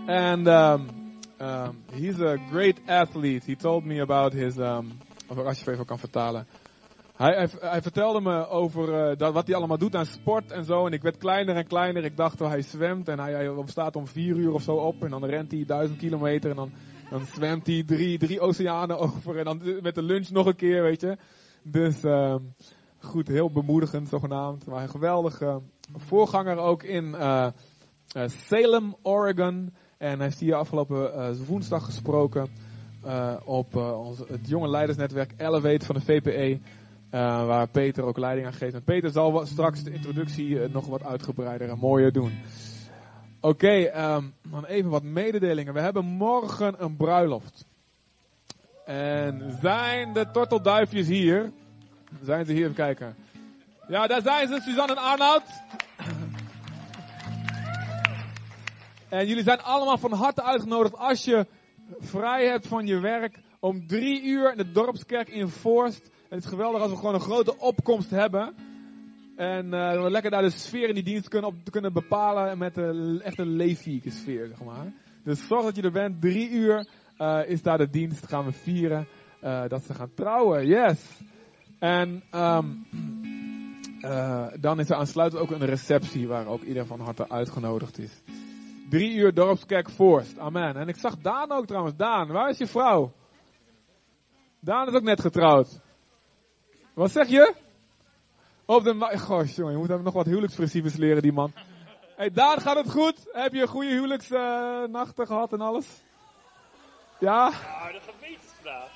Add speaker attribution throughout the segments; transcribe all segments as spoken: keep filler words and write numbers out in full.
Speaker 1: And um, um, he's a great athlete. He told me about his... Um, als je even kan vertalen. Hij, hij, hij vertelde me over uh, dat, wat hij allemaal doet aan sport en zo. En ik werd kleiner en kleiner. Ik dacht, oh, hij zwemt en hij, hij staat om vier uur of zo op. En dan rent hij duizend kilometer. En dan, dan zwemt hij drie, drie oceanen over. En dan met de lunch nog een keer, weet je. Dus um, goed, heel bemoedigend zogenaamd. Maar een geweldige voorganger ook in uh, uh, Salem, Oregon. En hij heeft hier afgelopen uh, woensdag gesproken uh, op uh, ons, het jonge leidersnetwerk Elevate van de V P E. Uh, waar Peter ook leiding aan geeft. En Peter zal wat, straks de introductie uh, nog wat uitgebreider en mooier doen. Oké, okay, um, dan even wat mededelingen. We hebben morgen een bruiloft. En zijn de tortelduifjes hier? Zijn ze hier? Even kijken. Ja, daar zijn ze, Suzanne en Arnoud. En jullie zijn allemaal van harte uitgenodigd als je vrij hebt van je werk. Om drie uur in de dorpskerk in Voorst. Het is geweldig als we gewoon een grote opkomst hebben. En uh, we lekker daar de sfeer in die dienst kunnen, op, kunnen bepalen met een echte levieke sfeer, zeg maar. Dus zorg dat je er bent. Drie uur uh, is daar de dienst. Gaan we vieren uh, dat ze gaan trouwen. Yes. En um, uh, dan is er aansluitend ook een receptie waar ook ieder van harte uitgenodigd is. Drie uur dorpskerk Voorst. Amen. En ik zag Daan ook trouwens. Daan, waar is je vrouw? Daan is ook net getrouwd. Wat zeg je? Op de ma- Goh, jongen, je moet hem nog wat huwelijksprincipes leren, die man. Hey, Daan, gaat het goed? Heb je een goede huwelijksnachten uh, gehad en alles? Ja?
Speaker 2: Ja, de gewetensvraag.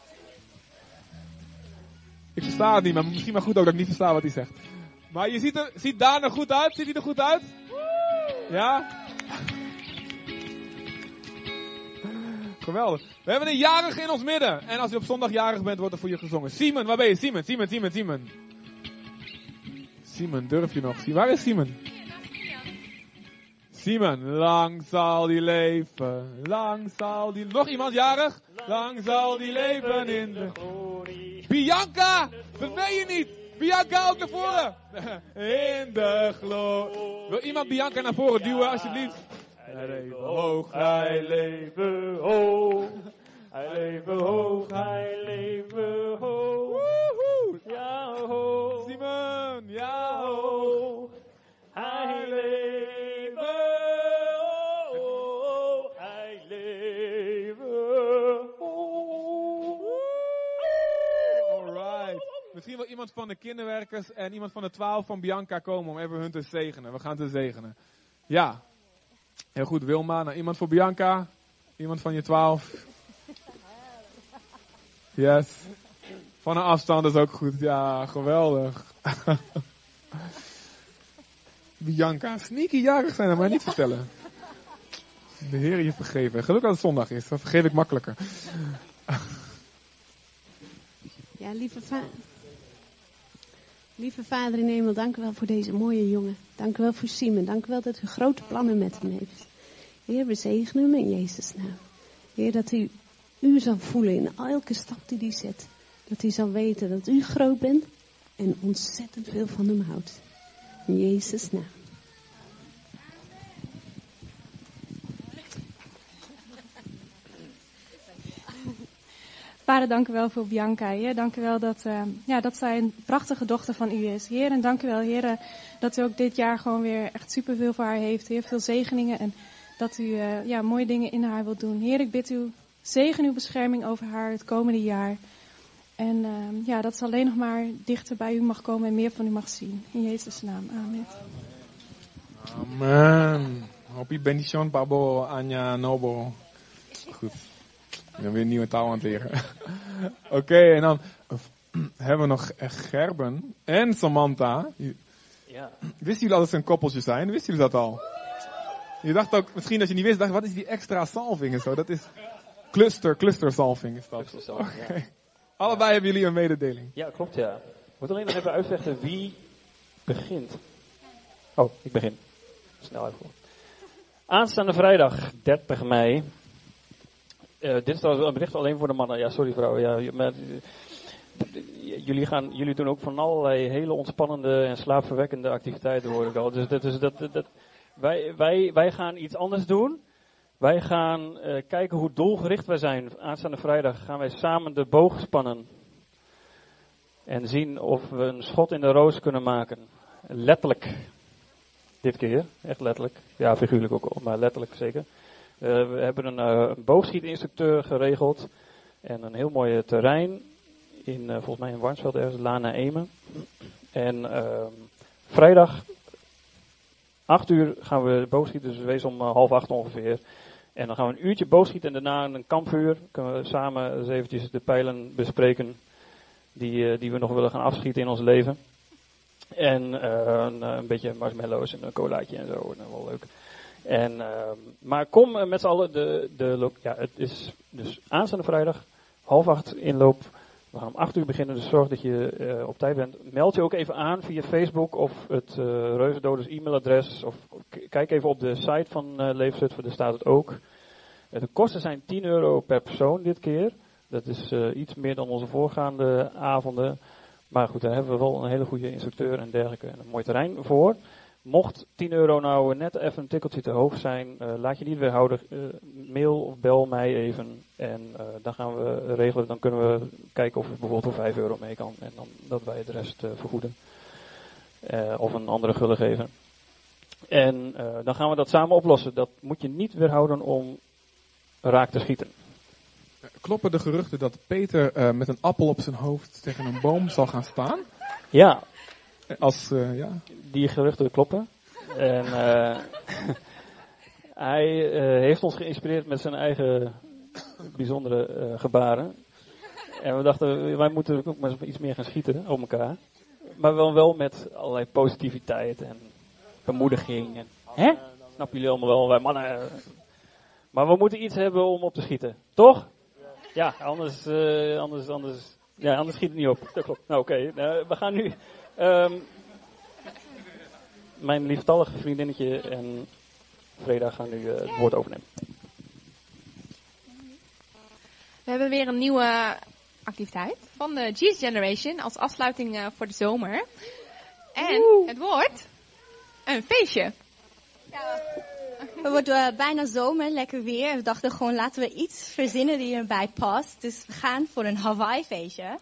Speaker 1: Ik versta het niet, maar misschien maar goed ook dat ik niet versta wat hij zegt. Maar je ziet, er, ziet Daan er goed uit? Ziet hij er goed uit? Ja? Geweldig. We hebben een jarige in ons midden. En als je op zondag jarig bent, wordt er voor je gezongen. Simon, waar ben je? Simon, Simon, Simon, Simon. Simon, durf je nog? Waar is Simon? Simon, lang zal die leven, lang zal die... Nog iemand jarig? Lang zal die leven in de glorie. Bianca, dat ben je niet. Bianca, ook naar voren. In de glorie. Wil iemand Bianca naar voren duwen, alsjeblieft? Hij leven hoog, hij leven hoog. Hij leven hoog, hij leven hoog. Woehoe. Ja hoog. Simon, ja hoog. Hij leven hoog. Hij leven hoog. Alright. Misschien wil iemand van de kinderwerkers en iemand van de twaalf van Bianca komen om even hun te zegenen. We gaan te zegenen. Ja. Heel goed, Wilma. Nou, iemand voor Bianca? Iemand van je twaalf? Yes. Van een afstand is ook goed. Ja, geweldig. Bianca, sneaky jarig zijn, dat maar niet vertellen. De Heer je vergeven. Gelukkig dat het zondag is, dat vergeef ik makkelijker.
Speaker 3: Ja, lieve, va- lieve Vader in hemel, dank u wel voor deze mooie jongen. Dank u wel voor Simon. Dank u wel dat u grote plannen met hem heeft. Heer, we zegenen hem in Jezus' naam. Heer, dat u u zal voelen in elke stap die hij zet. Dat hij zal weten dat u groot bent en ontzettend veel van hem houdt. In Jezus' naam.
Speaker 4: Vader, dank u wel voor Bianca, Heer. Dank u wel dat, uh, ja, dat zij een prachtige dochter van u is. Heer, en dank u wel, Heer, dat u ook dit jaar gewoon weer echt superveel voor haar heeft. Heer, veel zegeningen en dat u uh, ja, mooie dingen in haar wilt doen. Heer, ik bid u, zegen uw bescherming over haar het komende jaar. En uh, ja, dat ze alleen nog maar dichter bij u mag komen en meer van u mag zien. In Jezus' naam, amen.
Speaker 1: Amen. Hopi bendition, Babo, Anja, Nobo. Goed. Ik ben weer een nieuwe taal aan het leren. Oké, okay, en dan hebben we nog Gerben en Samantha.
Speaker 2: Ja.
Speaker 1: Wisten jullie al dat ze een koppeltje zijn? Wisten jullie dat al? Je dacht ook, misschien als je niet wist, dacht wat is die extra salving en zo? Dat is cluster, cluster salving is dat.
Speaker 2: Cluster salving,
Speaker 1: okay.
Speaker 2: Ja.
Speaker 1: Allebei hebben jullie een mededeling.
Speaker 2: Ja, klopt ja. Ik moet alleen nog even uitleggen wie begint. Oh, ik begin. Snel even. Aanstaande vrijdag, dertig mei. Uh, dit is trouwens een bericht alleen voor de mannen. Ja, sorry vrouw. Ja, maar, uh, jullie, gaan, jullie doen ook van allerlei hele ontspannende en slaapverwekkende activiteiten, hoor ik al. Dus dat, dus dat, dat, dat, wij, wij, wij gaan iets anders doen. Wij gaan uh, kijken hoe doelgericht wij zijn. Aanstaande vrijdag gaan wij samen de boog spannen. En zien of we een schot in de roos kunnen maken. Letterlijk. Dit keer, echt letterlijk. Ja, figuurlijk ook, maar letterlijk zeker. Uh, we hebben een, uh, een boogschietinstructeur geregeld. En een heel mooi terrein. In, uh, volgens mij in Warnsveld ergens, Lana Emen. En uh, vrijdag, acht uur gaan we boogschieten. Dus wees om uh, half acht ongeveer. En dan gaan we een uurtje boogschieten en daarna een kampvuur. Kunnen we samen eens eventjes de pijlen bespreken. Die, uh, die we nog willen gaan afschieten in ons leven. En uh, een, een beetje marshmallows en een colaatje en zo. En wel leuk. En, uh, maar kom uh, met z'n allen. De, de, ja, het is dus aanstaande vrijdag. Half acht inloop. We gaan om acht uur beginnen. Dus zorg dat je uh, op tijd bent. Meld je ook even aan via Facebook of het uh, Reuzendoders e-mailadres. Of k- kijk even op de site van uh, Leefzutphen. Daar staat het ook. Uh, de kosten zijn tien euro per persoon dit keer. Dat is uh, iets meer dan onze voorgaande avonden. Maar goed, daar hebben we wel een hele goede instructeur en dergelijke. En een mooi terrein voor. Mocht tien euro nou net even een tikkeltje te hoog zijn, uh, laat je niet weerhouden. Uh, mail of bel mij even. En uh, dan gaan we regelen. Dan kunnen we kijken of je bijvoorbeeld voor vijf euro mee kan. En dan dat wij de rest uh, vergoeden. Uh, of een andere gullen geven. En uh, dan gaan we dat samen oplossen. Dat moet je niet weerhouden om raak te schieten.
Speaker 1: Kloppen de geruchten dat Peter uh, met een appel op zijn hoofd tegen een boom zal gaan staan?
Speaker 2: Ja.
Speaker 1: Als, uh, ja.
Speaker 2: Die geruchten kloppen. En uh, hij uh, heeft ons geïnspireerd met zijn eigen bijzondere uh, gebaren. En we dachten, wij moeten ook maar iets meer gaan schieten op elkaar. Maar wel, wel met allerlei positiviteit en bemoediging. En, hè? Snappen jullie allemaal wel, wij mannen. Maar we moeten iets hebben om op te schieten. Toch? Ja, anders, uh, anders, anders, ja, anders schiet het niet op. Dat klopt. Nou, oké. Okay. Uh, we gaan nu... Um, mijn lieftallige vriendinnetje en Freda gaan nu uh, het woord overnemen.
Speaker 5: We hebben weer een nieuwe activiteit van de Jesus Generation als afsluiting uh, voor de zomer. En Woe. Het wordt een feestje.
Speaker 6: Ja. Het wordt uh, bijna zomer, lekker weer. We dachten gewoon, laten we iets verzinnen die erbij past. Dus we gaan voor een Hawaii feestje. En,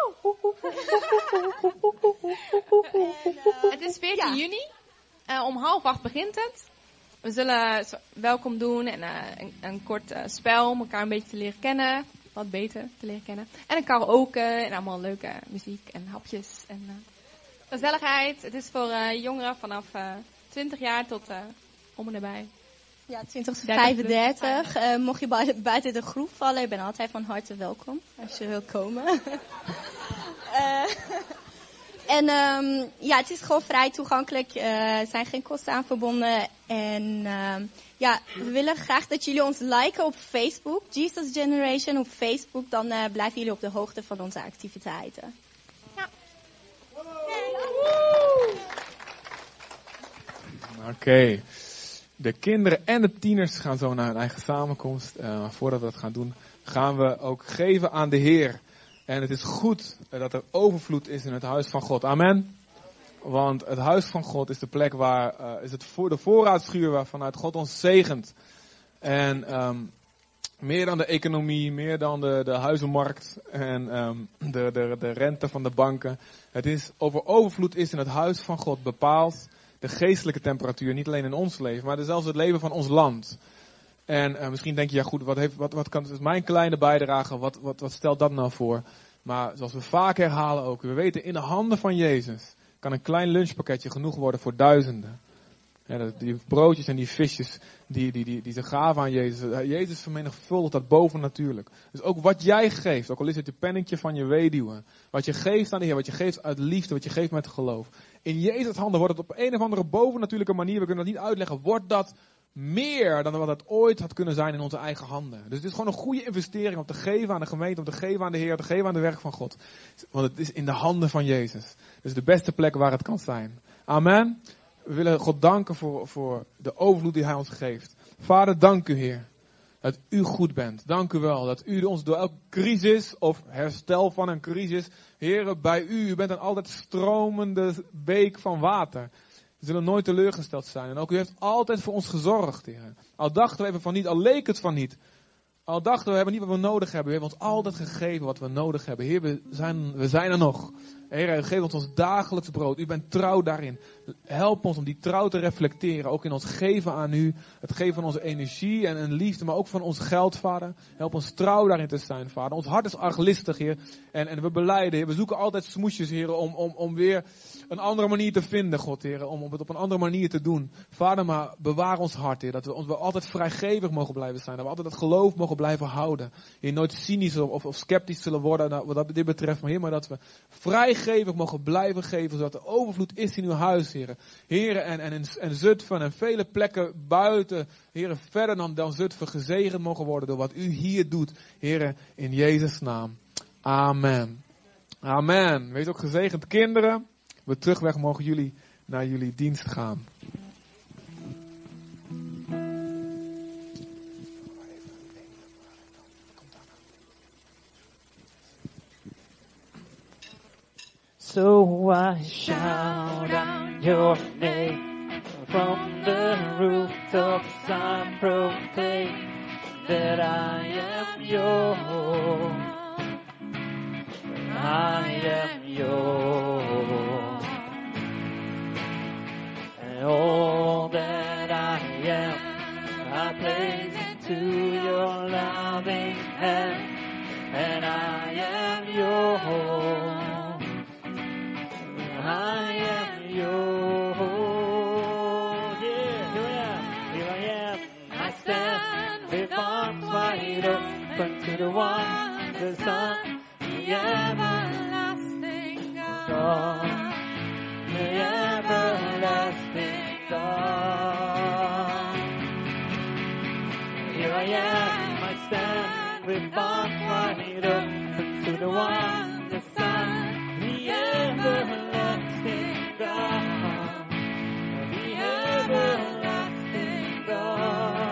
Speaker 5: uh, het is veertien juni. Uh, om half acht begint het. We zullen welkom doen en uh, een, een kort uh, spel om elkaar een beetje te leren kennen. Wat beter te leren kennen. En een karaoke en allemaal leuke muziek en hapjes. En uh, gezelligheid. Het is voor uh, jongeren vanaf uh, twintig jaar tot uh, om en erbij.
Speaker 6: Ja, twintig tot vijfendertig. Uh, mocht je buiten, buiten de groep vallen, je bent altijd van harte welkom als je wil komen. uh, en um, ja, het is gewoon vrij toegankelijk. Uh, er zijn geen kosten aan verbonden. En uh, ja, we willen graag dat jullie ons liken op Facebook. Jesus Generation op Facebook. Dan uh, blijven jullie op de hoogte van onze activiteiten. Ja.
Speaker 1: Oké. Okay. De kinderen en de tieners gaan zo naar hun eigen samenkomst. Uh, maar voordat we dat gaan doen, gaan we ook geven aan de Heer. En het is goed uh, dat er overvloed is in het huis van God. Amen. Want het huis van God is de plek waar, uh, is het voor de voorraadschuur waar vanuit God ons zegent. En um, meer dan de economie, meer dan de, de huizenmarkt en um, de, de, de rente van de banken. Het is over overvloed is in het huis van God bepaald. De geestelijke temperatuur, niet alleen in ons leven, maar zelfs het leven van ons land. En uh, misschien denk je, ja goed, wat, heeft, wat, wat kan, is mijn kleine bijdrage, wat, wat, wat stelt dat nou voor? Maar zoals we vaak herhalen ook, we weten, in de handen van Jezus kan een klein lunchpakketje genoeg worden voor duizenden. Ja, die broodjes en die visjes, die, die, die, die ze gaven aan Jezus. Jezus vermenigvuldigt dat bovennatuurlijk. Dus ook wat jij geeft, ook al is het je penningtje van je weduwe. Wat je geeft aan de Heer, wat je geeft uit liefde, wat je geeft met geloof. In Jezus' handen wordt het op een of andere bovennatuurlijke manier, we kunnen dat niet uitleggen, wordt dat meer dan wat het ooit had kunnen zijn in onze eigen handen. Dus het is gewoon een goede investering om te geven aan de gemeente, om te geven aan de Heer, om te geven aan de werk van God. Want het is in de handen van Jezus. Dus de beste plek waar het kan zijn. Amen. We willen God danken voor, voor de overvloed die Hij ons geeft. Vader, dank u Heer. Dat u goed bent. Dank u wel. Dat u ons door elke crisis of herstel van een crisis. Heer, bij u, u bent een altijd stromende beek van water. We zullen nooit teleurgesteld zijn. En ook u heeft altijd voor ons gezorgd, Heer. Al dachten we even van niet, al leek het van niet. Al dachten we, we hebben niet wat we nodig hebben. U heeft ons altijd gegeven wat we nodig hebben. Heer, we zijn, we zijn er nog. Heer, u geeft ons ons dagelijks brood. U bent trouw daarin. Help ons om die trouw te reflecteren. Ook in ons geven aan u. Het geven van onze energie en, en liefde. Maar ook van ons geld, Vader. Help ons trouw daarin te zijn, Vader. Ons hart is arglistig, Heer. En, en we belijden, Heer. We zoeken altijd smoesjes, Heer. Om, om, om weer een andere manier te vinden, God, Heer. Om, om het op een andere manier te doen. Vader, maar bewaar ons hart, Heer. Dat we, we altijd vrijgevig mogen blijven zijn. Dat we altijd het geloof mogen blijven houden. Heer, nooit cynisch of, of sceptisch zullen worden nou, wat dit betreft. Maar Heer, maar dat we vrijgevig mogen blijven geven. Zodat er overvloed is in uw huis, Heer. Heer, en, en, en Zutphen en vele plekken buiten. Heer, verder dan, dan Zutphen gezegend mogen worden door wat u hier doet. Heer, in Jezus' naam. Amen. Amen. Wees ook gezegend, kinderen. We terugweg mogen jullie naar jullie dienst gaan.
Speaker 2: So I shout out your name from the rooftops. I proclaim that I am yours. I am yours. And all that I am, I place into your loving hand. And I am yours. I am yours. Yeah, here I am. Here I am. I stand with arms wide open to the one, the Son, the everlasting God. The everlasting God. Here I am. I stand with arms wide open to the one, the Son, the everlasting God, the everlasting God.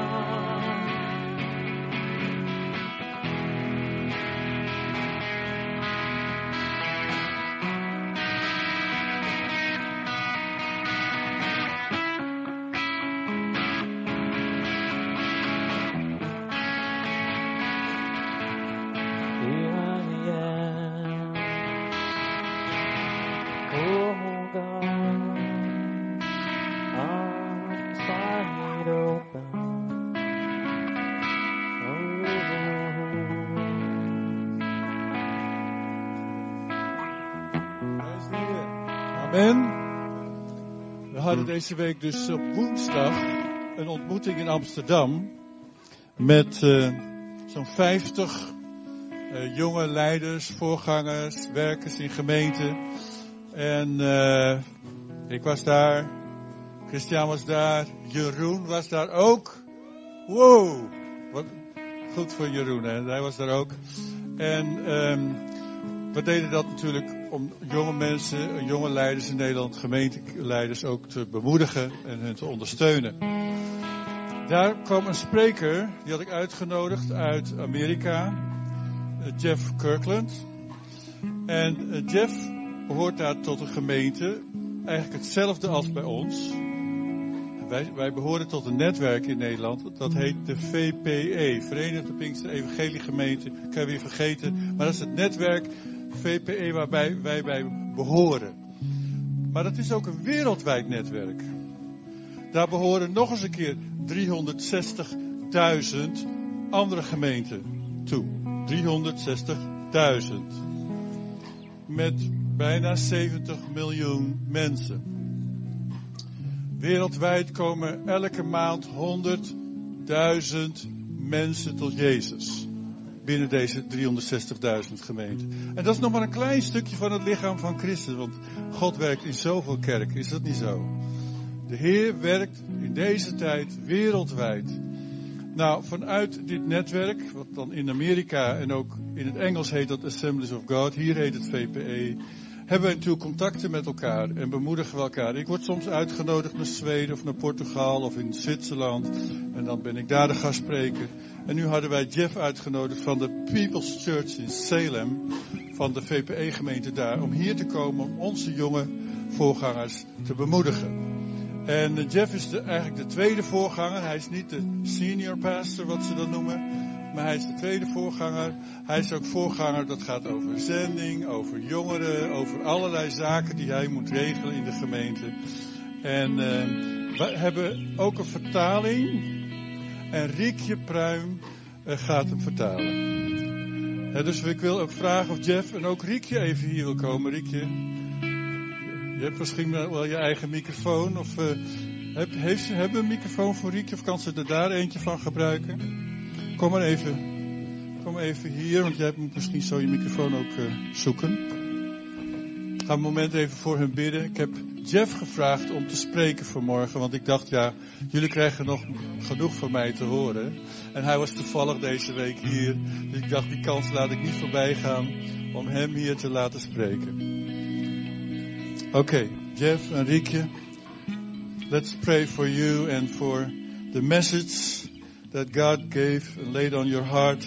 Speaker 2: Here I am, oh God, arms wide open.
Speaker 7: Prijs de Heer. Amen. We hadden deze week dus op woensdag een ontmoeting in Amsterdam met uh, zo'n vijftig uh, jonge leiders, voorgangers, werkers in gemeenten. En uh, ik was daar, Christian was daar, Jeroen was daar ook. Wow, wat goed voor Jeroen, hè? Hij was daar ook. En um, we deden dat natuurlijk om jonge mensen, jonge leiders in Nederland, gemeenteleiders ook te bemoedigen en hen te ondersteunen. Daar kwam een spreker, die had ik uitgenodigd uit Amerika, Jeff Kirkland. En Jeff behoort daar tot een gemeente, eigenlijk hetzelfde als bij ons. Wij, wij behoren tot een netwerk in Nederland, dat heet de V P E, Verenigde Pinkster Evangelie Gemeente, kan je weer vergeten. Maar dat is het netwerk V P E waarbij wij bij behoren. Maar dat is ook een wereldwijd netwerk. Daar behoren nog eens een keer driehonderdzestigduizend andere gemeenten toe. driehonderdzestigduizend. Met bijna zeventig miljoen mensen. Wereldwijd komen elke maand honderdduizend mensen tot Jezus. Binnen deze driehonderdzestigduizend gemeenten. En dat is nog maar een klein stukje van het lichaam van Christus. Want God werkt in zoveel kerken. Is dat niet zo? De Heer werkt in deze tijd wereldwijd. Nou, vanuit dit netwerk, wat dan in Amerika en ook in het Engels heet dat Assemblies of God. Hier heet het V P E. Hebben we natuurlijk contacten met elkaar en bemoedigen we elkaar. Ik word soms uitgenodigd naar Zweden of naar Portugal of in Zwitserland. En dan ben ik daar de gastspreker. En nu hadden wij Jeff uitgenodigd van de People's Church in Salem. Van de V P E-gemeente daar. Om hier te komen om onze jonge voorgangers te bemoedigen. En uh, Jeff is de, eigenlijk de tweede voorganger. Hij is niet de senior pastor, wat ze dat noemen. Maar hij is de tweede voorganger. Hij is ook voorganger, dat gaat over zending, over jongeren, over allerlei zaken die hij moet regelen in de gemeente. En uh, we hebben ook een vertaling. En Riekje Pruim uh, gaat hem vertalen. Uh, dus ik wil ook vragen of Jeff en ook Riekje even hier wil komen. Riekje, je hebt misschien wel je eigen microfoon. Of uh, heb, heeft ze, hebben we een microfoon voor Riekje of kan ze er daar eentje van gebruiken? Kom maar even, kom maar even hier, want jij moet misschien zo je microfoon ook uh, zoeken. Ik ga een moment even voor hem bidden. Ik heb Jeff gevraagd om te spreken vanmorgen, want ik dacht, ja, jullie krijgen nog genoeg van mij te horen. En hij was toevallig deze week hier, dus ik dacht, die kans laat ik niet voorbij gaan om hem hier te laten spreken. Oké, okay, Jeff en Riekje, let's pray for you and for the message that God gave and laid on your heart.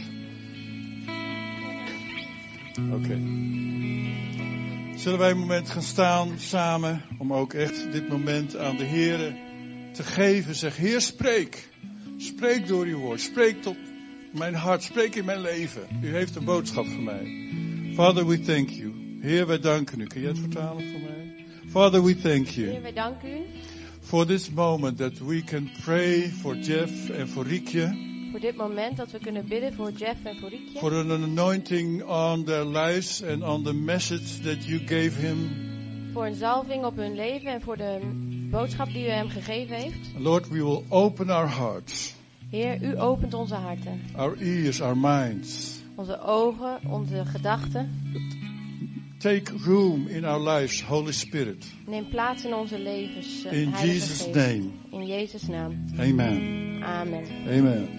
Speaker 7: Oké. Okay. Zullen wij een moment gaan staan samen om ook echt dit moment aan de Heere te geven. Zeg, Heer, spreek. Spreek door uw woord. Spreek tot mijn hart. Spreek in mijn leven. U heeft een boodschap voor mij. Father, we thank you. Heer, wij danken u. Kun jij het vertalen voor mij? Father, we thank you.
Speaker 8: Heer, wij danken u.
Speaker 7: For this moment that we can pray for Jeff and for Riekje.
Speaker 8: Voor dit moment dat we kunnen bidden voor Jeff en voor Riekje.
Speaker 7: For an anointing on their lives and on the message that you gave him.
Speaker 8: Voor een zalving op hun leven en voor de boodschap die u hem gegeven heeft.
Speaker 7: Lord, we will open our hearts.
Speaker 8: Heer, u opent onze harten.
Speaker 7: Our ears, our minds.
Speaker 8: Onze ogen, onze gedachten.
Speaker 7: Take room in our lives, Holy Spirit.
Speaker 8: Neem plaats in onze levens, uh,
Speaker 7: in
Speaker 8: Heilige
Speaker 7: Jesus'
Speaker 8: Geest.
Speaker 7: name.
Speaker 8: In Jezus' naam.
Speaker 7: Amen.
Speaker 8: Amen.
Speaker 7: Amen.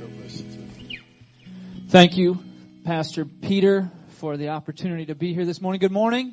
Speaker 9: Thank you, Pastor Peter, for the opportunity to be here this morning. Good morning.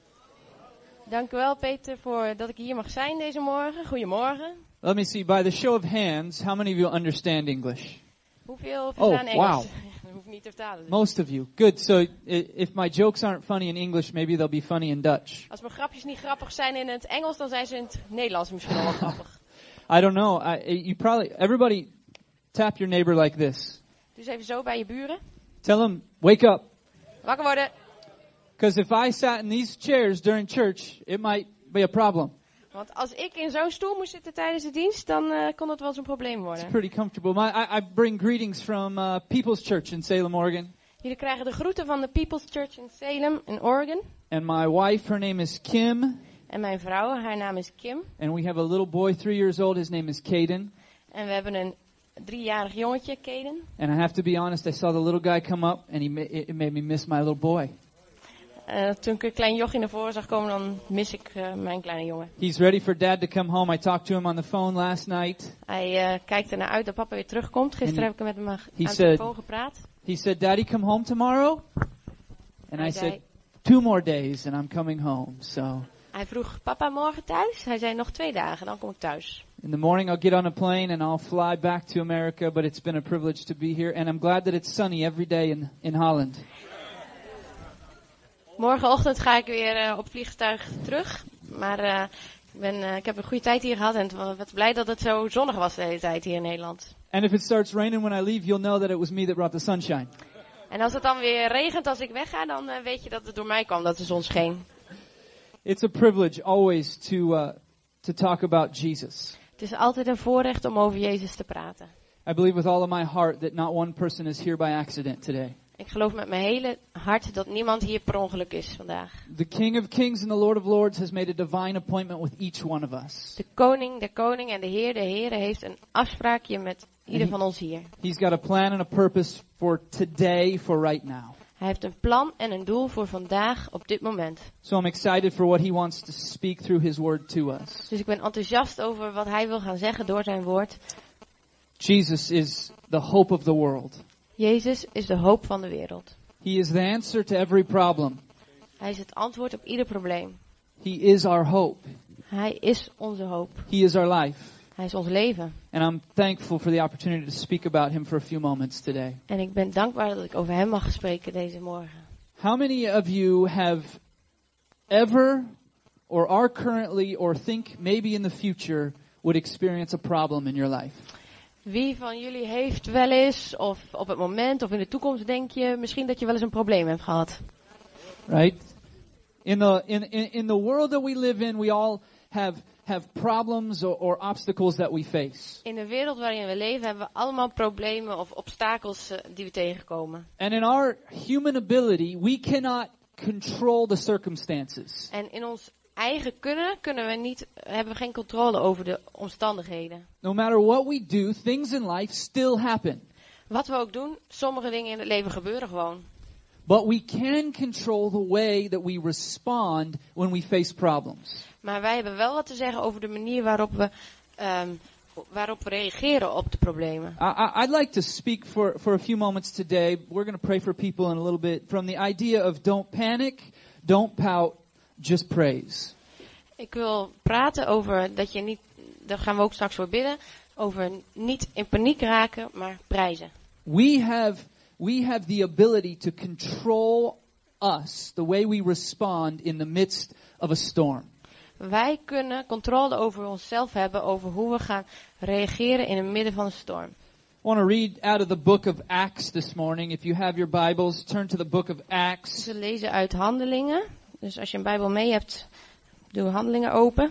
Speaker 8: Dank u wel, Peter, voor dat ik hier mag zijn deze morgen. Goedemorgen.
Speaker 9: Let me see, by the show of hands, how many of you understand English?
Speaker 8: Hoeveel verstaan
Speaker 9: Oh,
Speaker 8: Engels?
Speaker 9: wow.
Speaker 8: Dat hoef ik niet te vertalen. Dus.
Speaker 9: Most of you. Good. So i- if my jokes aren't funny in English, maybe they'll be funny in Dutch.
Speaker 8: Als mijn grapjes niet grappig zijn in het Engels, dan zijn ze in het Nederlands misschien wel grappig.
Speaker 9: I don't know. I, you probably, everybody tap your neighbor like this.
Speaker 8: Dus even zo bij je buren.
Speaker 9: Tell them, wake up.
Speaker 8: Wakker worden.
Speaker 9: Because if I sat in these chairs during church, it might be a problem.
Speaker 8: Want als ik in zo'n stoel moest zitten tijdens de dienst, dan uh, kon dat wel eens een probleem
Speaker 9: It's
Speaker 8: worden.
Speaker 9: pretty comfortable. My, I, I bring greetings from uh, People's Church in Salem, Oregon.
Speaker 8: Jullie krijgen de groeten van de People's Church in Salem, in Oregon.
Speaker 9: And my wife, her name is Kim.
Speaker 8: En mijn vrouw, haar naam is Kim.
Speaker 9: And we have a little boy, three years old. His name is Caden.
Speaker 8: En we hebben een driejarig jongetje, Caden.
Speaker 9: And I have to be honest, I saw the little guy come up, and he ma- it made me miss my little boy.
Speaker 8: Uh, toen ik een klein jochie naar voren zag komen, dan mis ik uh, mijn kleine jongen.
Speaker 9: He's ready for dad to come home. I talked to him on the phone last night.
Speaker 8: Hij uh, kijkt er naar uit dat papa weer terugkomt. Gisteren
Speaker 9: And
Speaker 8: heb ik met hem aan
Speaker 9: he
Speaker 8: de
Speaker 9: said-
Speaker 8: telefoon gepraat.
Speaker 9: He said, "Daddy, come home tomorrow." And
Speaker 8: Hij
Speaker 9: I
Speaker 8: zei-
Speaker 9: said, two more days, and I'm coming home. So
Speaker 8: Hij vroeg, papa morgen thuis? Hij zei, nog twee dagen, dan kom ik thuis.
Speaker 9: in the morning I'll get on a plane and I'll fly back to America. But it's been a privilege to be here, and I'm glad that it's sunny every day in in Holland.
Speaker 8: Morgenochtend ga ik weer uh, op vliegtuig terug. Maar uh, ik, ben, uh, ik heb een goede tijd hier gehad en ik ben blij dat het zo zonnig was de hele tijd hier in Nederland.
Speaker 9: And if it starts raining when I leave, you'll know that it was me that brought the sunshine.
Speaker 8: En als het dan weer regent als ik wegga, dan uh, weet je dat het door mij kwam dat de zon scheen.
Speaker 9: It's a privilege always to uh, to talk about Jesus.
Speaker 8: Het is altijd een voorrecht om over Jezus te praten.
Speaker 9: I believe with all of my heart that not one person is here by accident today.
Speaker 8: Ik geloof met mijn hele hart dat niemand hier per ongeluk is vandaag.
Speaker 9: The King of Kings and the Lord of Lords has made a divine appointment with each one of us.
Speaker 8: De koning, de koning en de heer, de heren heeft een afspraakje met ieder van ons hier.
Speaker 9: He's got a plan and a purpose for today, for right now.
Speaker 8: Hij heeft een plan en een doel voor vandaag op dit moment.
Speaker 9: So I'm excited for what he wants to speak through his word to us.
Speaker 8: Dus ik ben enthousiast over wat hij wil gaan zeggen door zijn woord.
Speaker 9: Jesus is the hope of the world.
Speaker 8: Jezus is de hoop van de wereld.
Speaker 9: He is the answer to every problem.
Speaker 8: Hij is het antwoord op ieder probleem.
Speaker 9: He is our hope.
Speaker 8: Hij is onze hoop.
Speaker 9: He is our life.
Speaker 8: Hij is ons leven.
Speaker 9: And I'm thankful for the opportunity to speak about him for a few moments today.
Speaker 8: En ik ben dankbaar dat ik over hem mag spreken deze morgen.
Speaker 9: How many of you have ever or are currently or think maybe in the future would experience a problem in your life?
Speaker 8: Wie van jullie heeft wel eens, of op het moment, of in de toekomst denk je misschien dat je wel eens een probleem hebt gehad?
Speaker 9: Right? In the in, in, in the world that we live in, we all have have problems or, or obstacles that we face.
Speaker 8: In de wereld waarin we leven hebben we allemaal problemen of obstakels uh, die we tegenkomen.
Speaker 9: And in our human ability, we cannot control the circumstances.
Speaker 8: En in ons eigen kunnen, kunnen we niet, hebben we geen controle over de omstandigheden.
Speaker 9: No matter what we do, things in life still happen.
Speaker 8: Wat we ook doen, sommige dingen in het leven gebeuren gewoon.
Speaker 9: But we can control the way that we respond when we face problems.
Speaker 8: Maar wij hebben wel wat te zeggen over de manier waarop we, um, waarop we reageren op de problemen.
Speaker 9: I, I, I'd like to speak for, for a few moments today. We're going to pray for people in a little bit. From the idea of don't panic, don't pout, just praise.
Speaker 8: Ik wil praten over dat je niet, daar gaan we ook straks voor bidden, over niet in paniek raken, maar prijzen.
Speaker 9: We have, we have the ability to control us, the way we respond in the midst of a storm.
Speaker 8: Wij kunnen controle over onszelf hebben, over hoe we gaan reageren in het midden van een storm.
Speaker 9: I want to read out of the book of Acts this morning. If you have your Bibles, turn to the book of Acts.
Speaker 8: We lezen uit Handelingen. Dus als je een Bijbel mee hebt, doe Handelingen open.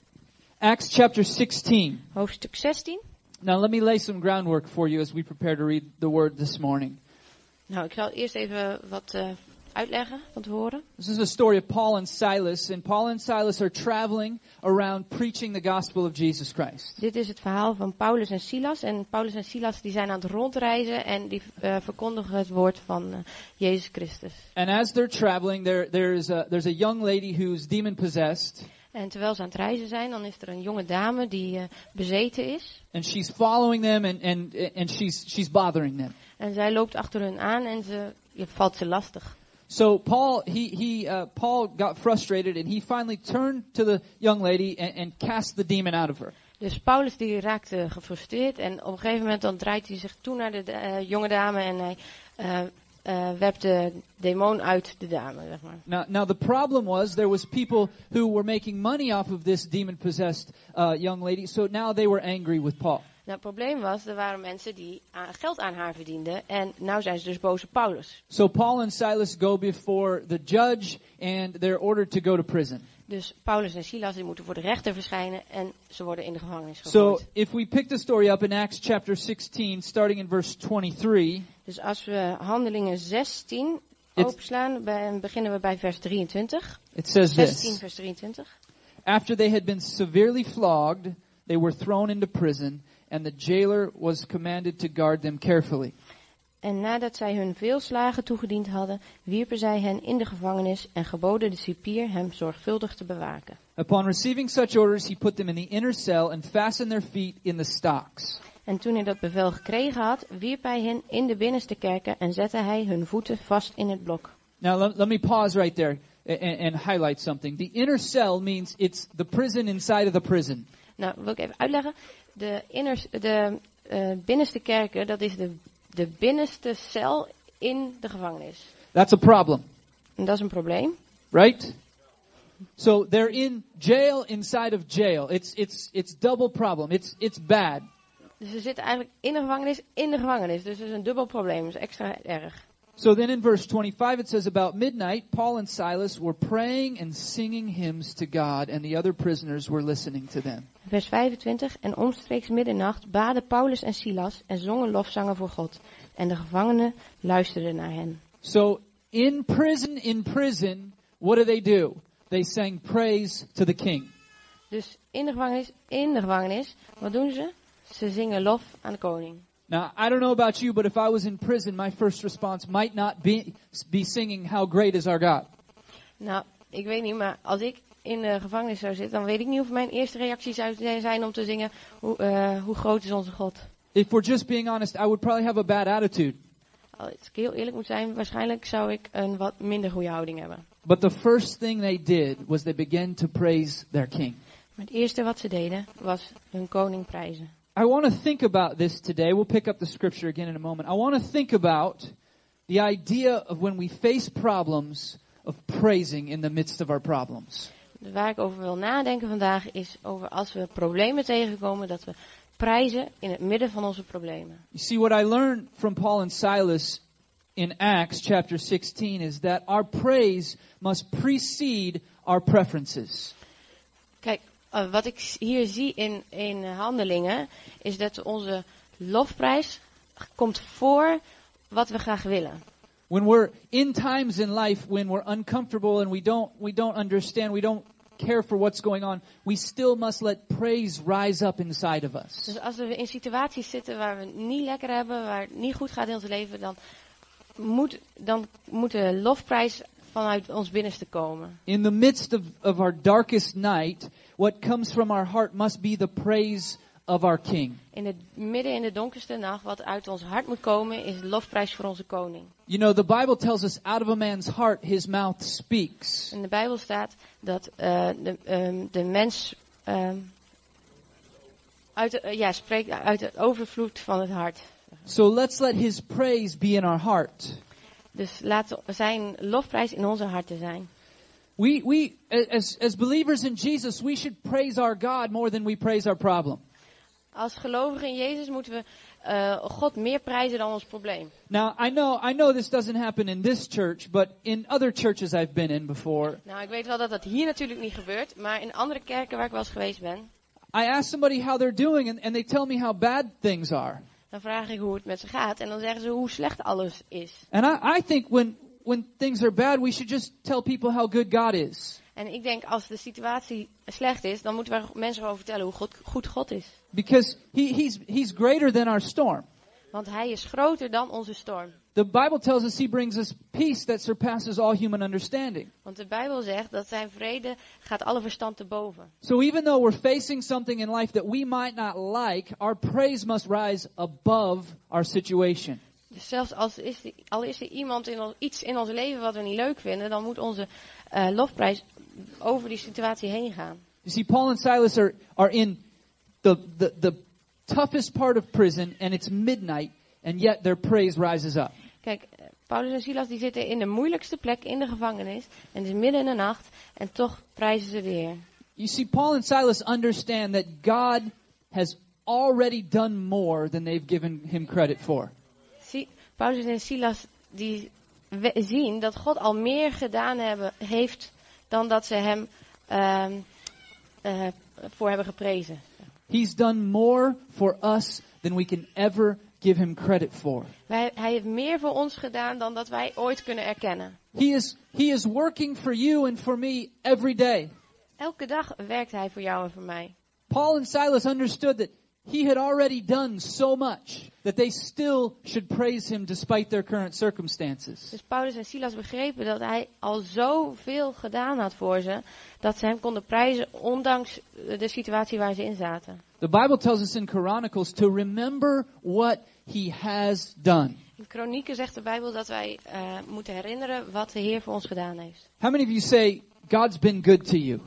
Speaker 9: Acts chapter sixteen.
Speaker 8: Hoofdstuk zestien.
Speaker 9: Now let me lay some groundwork for you as we prepare to read the word this morning.
Speaker 8: Nou, ik zal eerst even wat uh, uitleggen van tevoren.
Speaker 9: This is a story of Paul and Silas, and Paul and Silas are traveling around preaching the gospel of Jesus Christ.
Speaker 8: Dit is het verhaal van Paulus en Silas. En Paulus en Silas die zijn aan het rondreizen en die uh, verkondigen het woord van uh, Jezus Christus.
Speaker 9: And as they're traveling, there there is a there's a young lady who's demon possessed.
Speaker 8: En terwijl ze aan het reizen zijn, dan is er een jonge dame die uh, bezeten is.
Speaker 9: And she's following them and and and she's she's bothering them.
Speaker 8: En zij loopt achter hun aan en ze je valt ze lastig.
Speaker 9: So Paul, he he, uh, Paul got frustrated and he finally turned to the young lady and, and cast the demon out of her.
Speaker 8: Dus Paulus die raakte gefrustreerd en op een gegeven moment dan draait hij zich toe naar de uh, jonge dame en hij uh, uh, werpt de demon uit de dame, zeg maar.
Speaker 9: Now, now the problem was there was people who were making money off of this demon-possessed uh, young lady, so now they were angry with Paul.
Speaker 8: Nou, het probleem was, er waren mensen die aan, geld aan haar verdienden en nou zijn ze dus boos op Paulus.
Speaker 9: So Paul and Silas go before the judge and they're ordered to go to prison.
Speaker 8: Dus Paulus en Silas die moeten voor de rechter verschijnen en ze worden in de gevangenis
Speaker 9: So
Speaker 8: gegooid.
Speaker 9: if we pick the story up in Acts chapter sixteen, starting in verse twenty-three.
Speaker 8: Dus als we Handelingen zestien
Speaker 9: It's,
Speaker 8: openslaan, bij, beginnen we bij vers drieëntwintig.
Speaker 9: It says
Speaker 8: zestien
Speaker 9: this.
Speaker 8: vers drieëntwintig.
Speaker 9: After they had been severely flogged, they were thrown into prison, and the jailer was commanded to guard them carefully.
Speaker 8: En nadat zij hun veel slagen toegediend hadden, wierpen zij hen in de gevangenis en geboden de cipier hem zorgvuldig te bewaken.
Speaker 9: Upon receiving such orders, he put them in the inner cell and fastened their feet in the stocks.
Speaker 8: En toen hij dat bevel gekregen had, wierp hij hen in de binnenste kerken en zette hij hun voeten vast in het blok.
Speaker 9: Now let, let me pause right there and, and highlight something. The inner cell means it's the prison inside of the prison.
Speaker 8: Nou, wil ik even uitleggen. De, inner, de uh, binnenste kerken, dat is de, de binnenste cel in de gevangenis.
Speaker 9: That's a problem.
Speaker 8: En dat is een probleem.
Speaker 9: Right? So they're in jail inside of jail. It's it's it's double problem. It's it's bad.
Speaker 8: Dus ze zitten eigenlijk in de gevangenis, in de gevangenis. Dus dat is een dubbel probleem. Dat is extra erg.
Speaker 9: So then in verse twenty-five it says, about midnight, Paul and Silas were praying and singing hymns to God, and the other prisoners were listening to them.
Speaker 8: Vers vijfentwintig. En omstreeks middernacht baden Paulus en Silas en zongen lofzangen voor God. En de gevangenen luisterden naar hen.
Speaker 9: So in prison, in prison, what do they do? They sang praise to the king.
Speaker 8: Dus in de gevangenis, in de gevangenis, wat doen ze? Ze zingen lof aan de koning.
Speaker 9: Now, I don't know about you, but if I was in prison, my first response might not be, be singing, how great is our God.
Speaker 8: Nou, ik weet niet, maar als ik in de gevangenis zou zitten, dan weet ik niet of mijn eerste reactie zou zijn om te zingen, hoe, uh, hoe groot is onze God.
Speaker 9: If we're just being honest, I would probably have a bad attitude.
Speaker 8: Als ik heel eerlijk moet zijn, waarschijnlijk zou ik een wat minder goede houding hebben.
Speaker 9: But the first thing they did was they began to praise their king.
Speaker 8: Maar het eerste wat ze deden, was hun koning prijzen.
Speaker 9: I want to think about this today. We'll pick up the scripture again in a moment. I want to think about the idea of when we face problems, of praising in the midst of our problems.
Speaker 8: waar ik over wil nadenken vandaag is over als we problemen tegenkomen, dat we prijzen in het midden van onze problemen.
Speaker 9: You see, what I learned from Paul and Silas in Acts chapter sixteen is that our praise must precede our preferences.
Speaker 8: Kijk, uh, wat ik hier zie in, in Handelingen is dat onze lofprijs komt voor wat we graag willen.
Speaker 9: When we're in times in life when we're uncomfortable and we don't we don't understand, we don't care for what's going on, we still must let praise rise up inside of us.
Speaker 8: Dus als we in situaties zitten waar we het niet lekker hebben, waar het niet goed gaat in ons leven, dan moet, dan moet de lofprijs vanuit ons binnenste komen.
Speaker 9: In the midst of, of our darkest night, what comes from our heart must be the praise of our King.
Speaker 8: In het midden in de donkerste nacht, wat uit ons hart moet komen, is de lofprijs voor onze koning.
Speaker 9: You know, the Bible tells us out of a man's heart his mouth speaks.
Speaker 8: In de Bijbel staat dat uh, de, um, de mens um, uit de, uh, ja, spreekt uit de overvloed van het hart.
Speaker 9: So let's let his praise be in our heart.
Speaker 8: Dus laat zijn lofprijs in onze harten zijn.
Speaker 9: We, we, as, as believers in Jesus, we should praise our God more than we praise our problem.
Speaker 8: Als gelovigen in Jezus moeten we uh, God meer prijzen dan ons probleem.
Speaker 9: Now, I know, I know this doesn't happen in this church, but in other churches I've been in before.
Speaker 8: Nou, ik weet wel dat dat hier natuurlijk niet gebeurt, maar in andere kerken waar ik wel eens geweest ben.
Speaker 9: I ask somebody how they're doing and, and they tell me how bad things are.
Speaker 8: Dan vraag ik hoe het met ze gaat en dan zeggen ze hoe slecht alles is.
Speaker 9: And I, I think when, when things are bad, we should just tell people how good God is.
Speaker 8: En ik denk als de situatie slecht is, dan moeten we mensen gewoon vertellen hoe God, goed God is.
Speaker 9: Because he, he's, he's greater than our storm.
Speaker 8: Want hij is groter dan onze storm.
Speaker 9: The Bible tells us he brings us peace that surpasses all human understanding.
Speaker 8: Want de Bijbel zegt dat zijn vrede gaat alle verstand te boven.
Speaker 9: So even though we're facing something in life that we might not like, our praise must rise above our situation.
Speaker 8: Dus zelfs als is er, al is er iemand in ons, iets in ons leven wat we niet leuk vinden, dan moet onze uh, lofprijs over die situatie heen gaan.
Speaker 9: You see, Paul and Silas are, are in the, the, the toughest part of prison and it's midnight and yet their praise rises up.
Speaker 8: Kijk, Paulus en Silas die zitten in de moeilijkste plek in de gevangenis en het is midden in de nacht en toch prijzen ze de Heer.
Speaker 9: You see, Paul and Silas understand that God has already done more than they've given him credit for.
Speaker 8: Zie, Paulus en Silas die we, zien dat God al meer gedaan hebben, heeft dan dat ze hem uh, uh, voor hebben geprezen.
Speaker 9: He's done more for us than we can ever give him credit for.
Speaker 8: Wij, hij heeft meer voor ons gedaan dan dat wij ooit kunnen erkennen.
Speaker 9: He is, he is working for you and for me every day.
Speaker 8: Elke dag werkt hij voor jou en voor mij.
Speaker 9: Paul and Silas understood that he had already done so much that they still should praise him despite their current circumstances.
Speaker 8: Dus Paulus en Silas begrepen dat hij al zoveel gedaan had voor ze, dat ze hem konden prijzen ondanks de situatie waar ze in zaten.
Speaker 9: The Bible tells us in Chronicles to remember what he has done.
Speaker 8: In Kronieken zegt de Bijbel dat wij uh, moeten herinneren wat de Heer voor ons gedaan heeft.
Speaker 9: How many of you say, God's been good to you?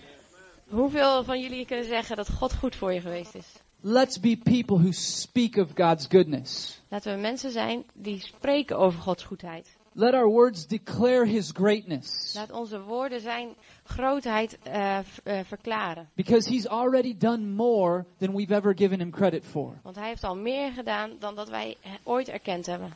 Speaker 8: Hoeveel van jullie kunnen zeggen dat God goed voor je geweest is?
Speaker 9: Let's be people who speak of God's goodness.
Speaker 8: Laten we mensen zijn die spreken over Gods goedheid.
Speaker 9: Let our words declare his greatness.
Speaker 8: Laat onze woorden zijn grootheid uh, uh, verklaren.
Speaker 9: Because he's already done more than we've ever given him credit for.
Speaker 8: Want hij heeft al meer gedaan dan dat wij ooit erkend hebben.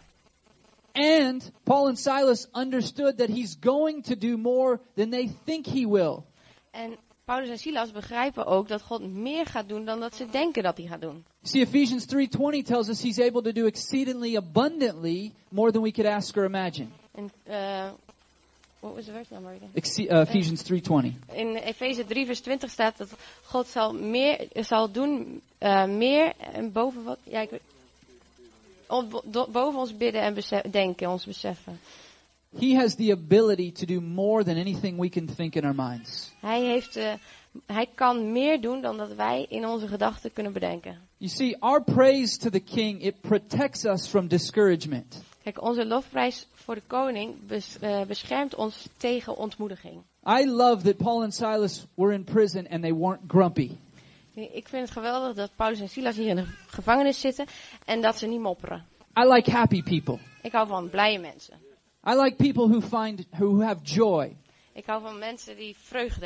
Speaker 9: And Paul and Silas understood that he's going to do more than they think he will.
Speaker 8: En Paulus en Silas begrijpen ook dat God meer gaat doen dan dat ze denken dat hij gaat doen.
Speaker 9: See, Ephesians three twenty tells us he's able to do exceedingly abundantly more than we could ask or imagine.
Speaker 8: En, uh, what was the verse number again?
Speaker 9: Exe- uh, Ephesians three twenty.
Speaker 8: In Efeze drie vers twintig staat dat God zal meer zal doen uh, meer en boven wat ja, ik weet, on, do, boven ons bidden en besef, denken, ons beseffen.
Speaker 9: He has the ability to do more than anything we can think in our minds.
Speaker 8: Hij heeft uh, hij kan meer doen dan dat wij in onze gedachten kunnen bedenken.
Speaker 9: You see, our praise to the King, it protects us from discouragement.
Speaker 8: Kijk, onze lofprijs voor de koning bes, uh, beschermt ons tegen ontmoediging.
Speaker 9: I love that Paul and Silas were in prison and they weren't grumpy.
Speaker 8: Ik vind het geweldig dat Paulus en Silas hier in de gevangenis zitten en dat ze niet mopperen.
Speaker 9: I like happy people.
Speaker 8: Ik hou van blije mensen.
Speaker 9: I like people who find who have joy.
Speaker 8: Ik hou van mensen die vreugde hebben.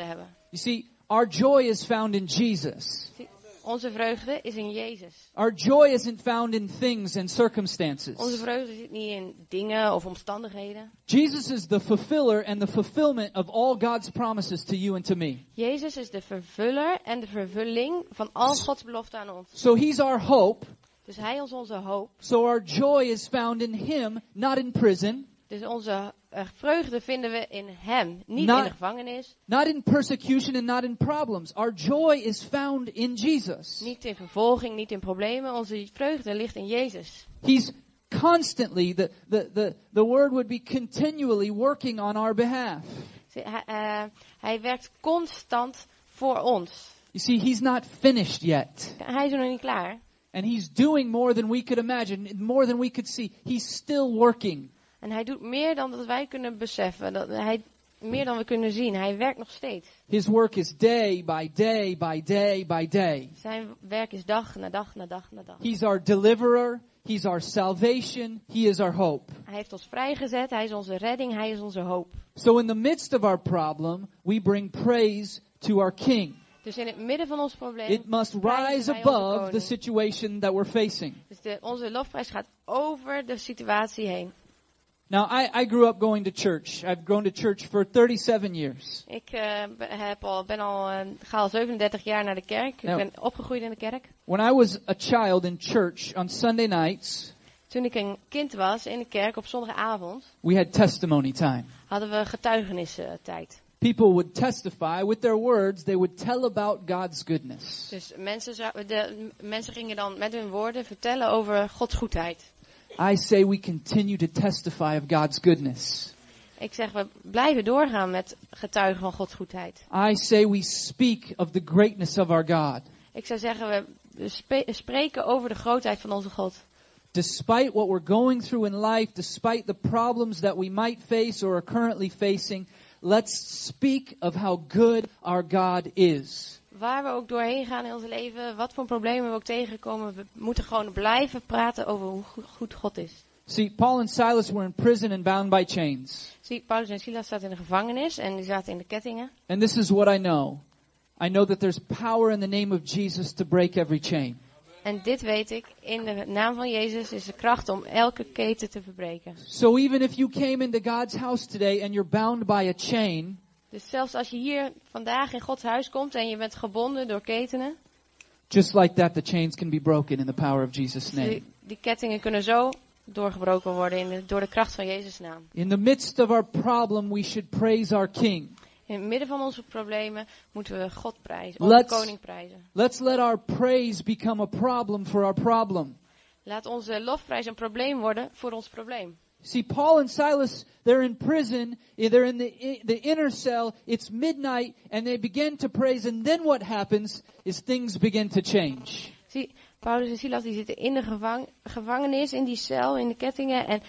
Speaker 9: You see, our joy is found in Jesus.
Speaker 8: Onze vreugde is in Jezus.
Speaker 9: Our joy isn't found in things and circumstances.
Speaker 8: Onze vreugde zit niet in dingen of omstandigheden.
Speaker 9: Jesus is the fulfiller and the fulfillment of all God's promises to you and to me.
Speaker 8: Jezus is de vervuller en de vervulling van al Gods beloften aan ons.
Speaker 9: So he's our hope.
Speaker 8: Dus hij is onze hoop.
Speaker 9: So our joy is found in him, not in prison.
Speaker 8: Dus onze uh, vreugde vinden we in hem, niet
Speaker 9: Not-
Speaker 8: in de gevangenis,
Speaker 9: Not in persecution and not in problems. Our joy is found in Jesus.
Speaker 8: niet in vervolging, niet in problemen. Onze vreugde ligt in Jezus.
Speaker 9: He's constantly, the, the, the, the word would be continually working on our behalf.
Speaker 8: Zie, Hij, uh, hij werkt constant voor ons.
Speaker 9: You see, he's not finished yet.
Speaker 8: Hij is er nog niet klaar.
Speaker 9: And he's doing more than we could imagine, more than we could see. He's still working.
Speaker 8: En hij doet meer dan dat wij kunnen beseffen. Dat hij, meer dan we kunnen zien. Hij werkt nog steeds.
Speaker 9: His work is day by day by day by day.
Speaker 8: Zijn werk is dag na dag na dag na dag.
Speaker 9: He's our deliverer. He's our salvation. He is our hope.
Speaker 8: Hij heeft ons vrijgezet. Hij is onze redding. Hij is onze hoop.
Speaker 9: So in the midst of our problem, we bring praise to our King.
Speaker 8: Dus in het midden van ons probleem
Speaker 9: It must
Speaker 8: prijzen
Speaker 9: rise
Speaker 8: wij onze
Speaker 9: above the
Speaker 8: koning.
Speaker 9: situation that we're facing.
Speaker 8: Dus de, onze lofprijs gaat over de situatie heen.
Speaker 9: Now, I, I grew up going to church. I've gone to church for thirty-seven years.
Speaker 8: Ik uh, heb al, ben al, uh, ga al zevenendertig jaar naar de kerk. Ik
Speaker 9: Ja.
Speaker 8: ben opgegroeid in de kerk.
Speaker 9: When I was a child in church on Sunday nights,
Speaker 8: Toen ik een kind was in de kerk op zondagavond,
Speaker 9: we had testimony time.
Speaker 8: hadden we getuigenistijd.
Speaker 9: People would testify with their words. They would tell about God's goodness.
Speaker 8: Dus mensen, zou- de, mensen gingen dan met hun woorden vertellen over Gods goedheid.
Speaker 9: I say we continue to testify of God's goodness.
Speaker 8: Ik zeg, we blijven doorgaan met getuigen van Gods goedheid.
Speaker 9: I say we speak of the greatness of our God.
Speaker 8: Ik zou zeggen, we spe- spreken over de grootheid van onze God.
Speaker 9: Despite what we're going through in life, despite the problems that we might face or are currently facing, let's speak of how good our God is.
Speaker 8: Waar we ook doorheen gaan in ons leven, wat voor problemen we ook tegenkomen, we moeten gewoon blijven praten over hoe go- goed God is.
Speaker 9: See, Paul and Silas were in prison and bound by chains.
Speaker 8: Zie, Paulus en Silas zaten in de gevangenis en die zaten in de kettingen.
Speaker 9: And this is what I know. I know that there's power in the name of Jesus to break every chain.
Speaker 8: En dit weet ik, in de naam van Jezus is de kracht om elke keten te verbreken.
Speaker 9: So even if you came into God's house today and you're bound by a chain,
Speaker 8: Dus zelfs als je hier vandaag in Gods huis komt en je bent gebonden door ketenen,
Speaker 9: just like that, the chains can be broken in the power of Jesus' name.
Speaker 8: die, die kettingen kunnen zo doorgebroken worden in de, door de kracht van Jezus' naam.
Speaker 9: In the midst of our problem, we should praise our King.
Speaker 8: In het midden van onze problemen moeten we God prijzen,
Speaker 9: Let's-
Speaker 8: onze koning prijzen.
Speaker 9: Let's let our praise become a problem for our problem.
Speaker 8: Laat onze lofprijs een probleem worden voor ons probleem.
Speaker 9: See, Paul and Silas, they're in prison, they're in the, the inner cell, it's midnight, and they begin to praise, and then what happens is things begin to change.
Speaker 8: Zie, Paulus en Silas die zitten in de gevang, gevangenis, in die cel, in de kettingen. En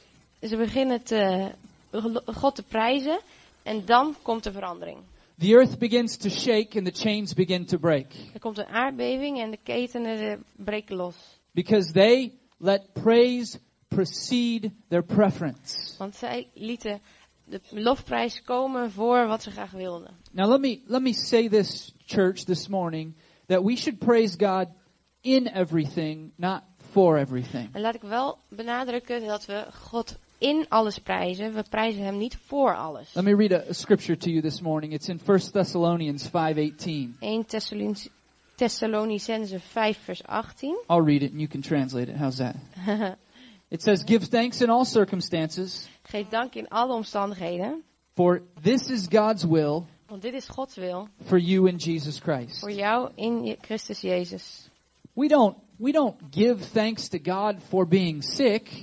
Speaker 8: ze beginnen te, God te prijzen. En dan komt de verandering.
Speaker 9: The earth begins to shake and the chains begin to break.
Speaker 8: Er komt een aardbeving en de ketenen eh, breken los.
Speaker 9: Because they let praise precede their preference.
Speaker 8: Want zij lieten de lofprijs komen voor wat ze graag wilden.
Speaker 9: Now let me, let me say this, church, this morning, that we should praise God in everything, not for everything.
Speaker 8: En laat ik wel benadrukken dat we God in alles prijzen. We prijzen hem niet voor alles.
Speaker 9: Let me read a, a scripture to you this morning. It's in First Thessalonians five eighteen.
Speaker 8: Eerste Thessalonic- Thessalonicenzen vijf vers achttien.
Speaker 9: I'll read it and you can translate it. How's that? It says, give thanks in all circumstances,
Speaker 8: Geef dank in alle omstandigheden.
Speaker 9: for this is God's will
Speaker 8: Want dit is Gods wil
Speaker 9: for you in Jesus Christ.
Speaker 8: voor jou in Je- Christus Jezus.
Speaker 9: We don't, we don't give thanks to God for being sick.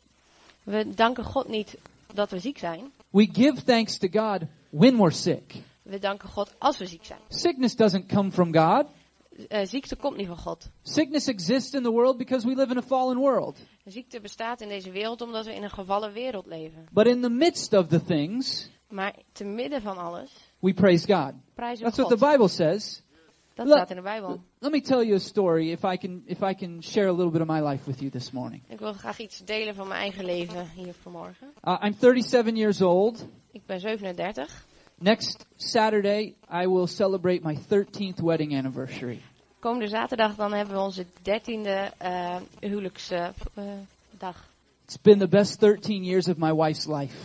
Speaker 8: We danken God niet dat we ziek zijn.
Speaker 9: We give thanks to God when we're sick.
Speaker 8: We danken God als we ziek zijn.
Speaker 9: Sickness doesn't come from God.
Speaker 8: Uh, ziekte komt niet van God.
Speaker 9: Sickness exists in the world because we live in a fallen world.
Speaker 8: Ziekte bestaat in deze wereld omdat we in een gevallen wereld leven.
Speaker 9: But in the midst of the things,
Speaker 8: Maar te midden van alles
Speaker 9: we praise God.
Speaker 8: prijzen we
Speaker 9: That's what the
Speaker 8: God.
Speaker 9: Bible says.
Speaker 8: Dat
Speaker 9: Let-
Speaker 8: staat in de Bijbel.
Speaker 9: Let me tell you a story if I can if I can share a little bit of my life with you this morning.
Speaker 8: Ik wil graag iets delen van mijn eigen leven hier vanmorgen.
Speaker 9: Uh, I'm thirty-seven years old,
Speaker 8: Ik ben zevenendertig
Speaker 9: Next Saturday, I will celebrate my thirteenth wedding anniversary.
Speaker 8: Komende zaterdag dan hebben we onze dertiende uh, huwelijksdag. Uh, uh,
Speaker 9: It's been the best thirteen years of my wife's life.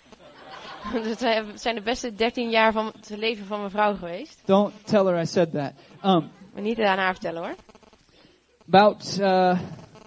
Speaker 8: Het zijn de beste dertien jaar van het leven van mijn vrouw geweest.
Speaker 9: Don't tell her I said that. Um,
Speaker 8: Maar niet aan haar vertellen hoor.
Speaker 9: About uh,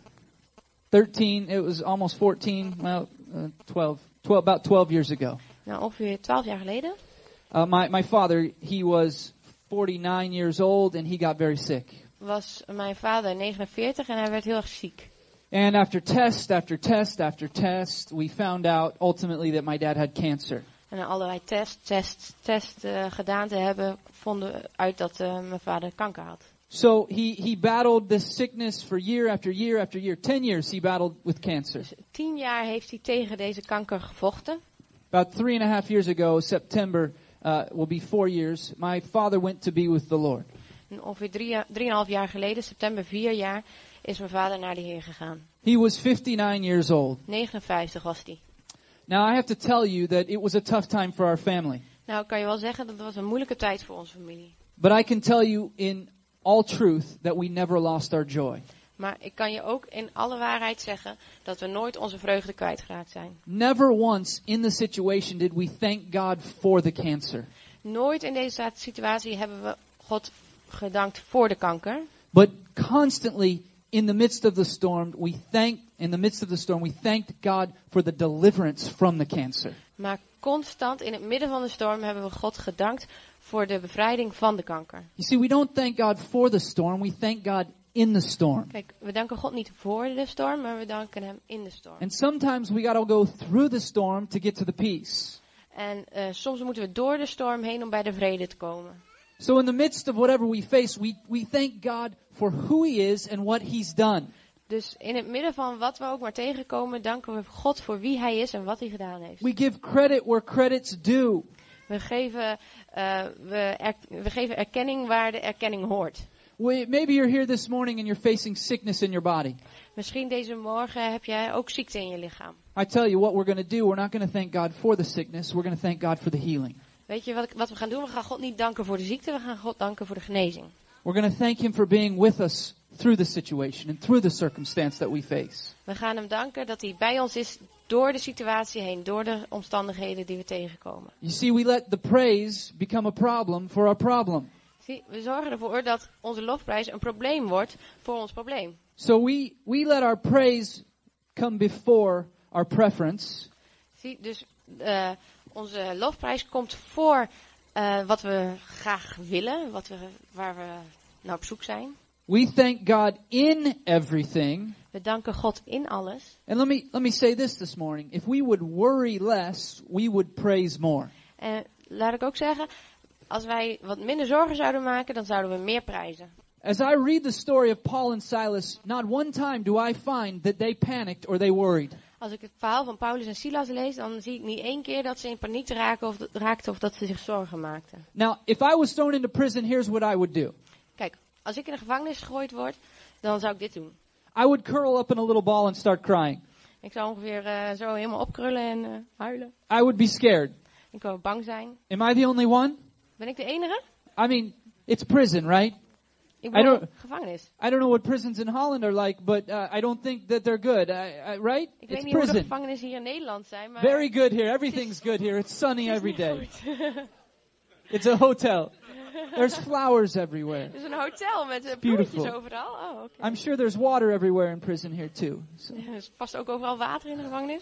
Speaker 9: thirteen, it was almost fourteen, well, uh, twelve, twelve, about twelve years ago.
Speaker 8: Nou, ongeveer twaalf jaar geleden.
Speaker 9: Uh, my, my father, he was forty-nine years old and he got very sick.
Speaker 8: Was mijn vader negenenveertig en hij werd heel erg ziek.
Speaker 9: And after test, after test, after test, we found out ultimately that my dad had cancer.
Speaker 8: En na allerlei tests, tests, tests uh, gedaan te hebben, vonden we uit dat uh, mijn vader kanker had.
Speaker 9: So he, he battled this sickness for year after year after year. Ten years he battled with cancer.
Speaker 8: Dus tien jaar heeft hij tegen deze kanker gevochten.
Speaker 9: About three and a half years ago, September uh, will be four years, my father went to be with the Lord.
Speaker 8: En ongeveer drie, drieënhalf jaar geleden, september vier jaar, is mijn vader naar de Heer gegaan.
Speaker 9: He was fifty-nine years old.
Speaker 8: negenenvijftig was hij.
Speaker 9: Now I have to tell you that it was a tough time for our family.
Speaker 8: Nou, kan je wel zeggen dat het was een moeilijke tijd voor onze familie.
Speaker 9: But I can tell you in all truth that we never lost our joy.
Speaker 8: Maar ik kan je ook in alle waarheid zeggen dat we nooit onze vreugde kwijtgeraakt zijn.
Speaker 9: Never once in the situation did we thank God for the cancer.
Speaker 8: Nooit in deze situatie hebben we God gedankt voor de kanker.
Speaker 9: But constantly in the midst of the storm, we thank in the midst of the storm, we thanked God for the deliverance from the cancer.
Speaker 8: Maar constant in het midden van de storm hebben we God gedankt voor de bevrijding van de kanker.
Speaker 9: You see, we don't thank God for the storm, we thank God in the storm.
Speaker 8: Kijk, we danken God niet voor de storm, maar we danken hem in de storm.
Speaker 9: And sometimes we got to go through the storm to get to the peace.
Speaker 8: En uh, soms moeten we door de storm heen om bij de vrede te komen.
Speaker 9: So in the midst of whatever we face, we, we thank God for who He is and what He's done.
Speaker 8: Dus in het midden van wat we ook maar tegenkomen, danken we God voor wie Hij is en wat Hij gedaan heeft.
Speaker 9: We give credit where credit's due.
Speaker 8: We geven, uh, we, er, we geven erkenning waar de erkenning hoort.
Speaker 9: We, maybe you're here this morning and you're facing sickness in your body.
Speaker 8: Misschien deze morgen heb jij ook ziekte in je lichaam.
Speaker 9: I tell you what we're going to do. We're not going to thank God for the sickness. We're going to thank God for the healing.
Speaker 8: Weet je wat, wat we gaan doen? We gaan God niet danken voor de ziekte, we gaan God danken voor de genezing.
Speaker 9: We're going to thank Him for being with us through the situation and through the circumstance that we face.
Speaker 8: We gaan hem danken dat hij bij ons is door de situatie heen, door de omstandigheden die we tegenkomen.
Speaker 9: You see, we let the praise become a problem for our problem.
Speaker 8: Zie, we zorgen ervoor dat onze lofprijs een probleem wordt voor ons probleem.
Speaker 9: So we, we let our praise come before our preference.
Speaker 8: Zie, dus uh, onze lofprijs komt voor uh, wat we graag willen, wat we, waar we naar op zoek zijn.
Speaker 9: We thank God in everything.
Speaker 8: We danken God in alles.
Speaker 9: And let me let me say this this morning. If we would worry less, we would praise more.
Speaker 8: En laat ik ook zeggen, als wij wat minder zorgen zouden maken, dan zouden we meer prijzen.
Speaker 9: As I read the story of Paul and Silas, not one time do I find that they panicked or they worried.
Speaker 8: Als ik het verhaal van Paulus en Silas lees, dan zie ik niet één keer dat ze in paniek raken of, raakten of dat ze zich zorgen maakten.
Speaker 9: Now, if I was thrown into prison, here's what I would do.
Speaker 8: Kijk, als ik in de gevangenis gegooid word, dan zou ik dit doen.
Speaker 9: I would curl up in a little ball and start crying.
Speaker 8: Ik zou ongeveer uh, zo helemaal opkrullen en uh, huilen.
Speaker 9: I would be scared.
Speaker 8: Ik zou bang zijn.
Speaker 9: Am I the only one?
Speaker 8: Ben ik de enige?
Speaker 9: I mean, it's prison, right?
Speaker 8: Ik
Speaker 9: I
Speaker 8: ben
Speaker 9: don't-
Speaker 8: in gevangenis.
Speaker 9: I don't know what prisons in Holland are like, but uh, I don't think that they're good. I, I, right?
Speaker 8: Ik weet
Speaker 9: It's
Speaker 8: niet hoe de
Speaker 9: prison.
Speaker 8: gevangenissen hier in Nederland zijn, maar...
Speaker 9: Very good here. Everything's good here. It's sunny
Speaker 8: het is
Speaker 9: every
Speaker 8: niet
Speaker 9: day.
Speaker 8: goed.
Speaker 9: It's a hotel. There's flowers everywhere.
Speaker 8: Het is een hotel met uh,
Speaker 9: beautiful.
Speaker 8: bloemetjes overal. Oh, oké.
Speaker 9: I'm sure there's water everywhere in prison here too. So.
Speaker 8: Er is vast ook overal water in de gevangenis.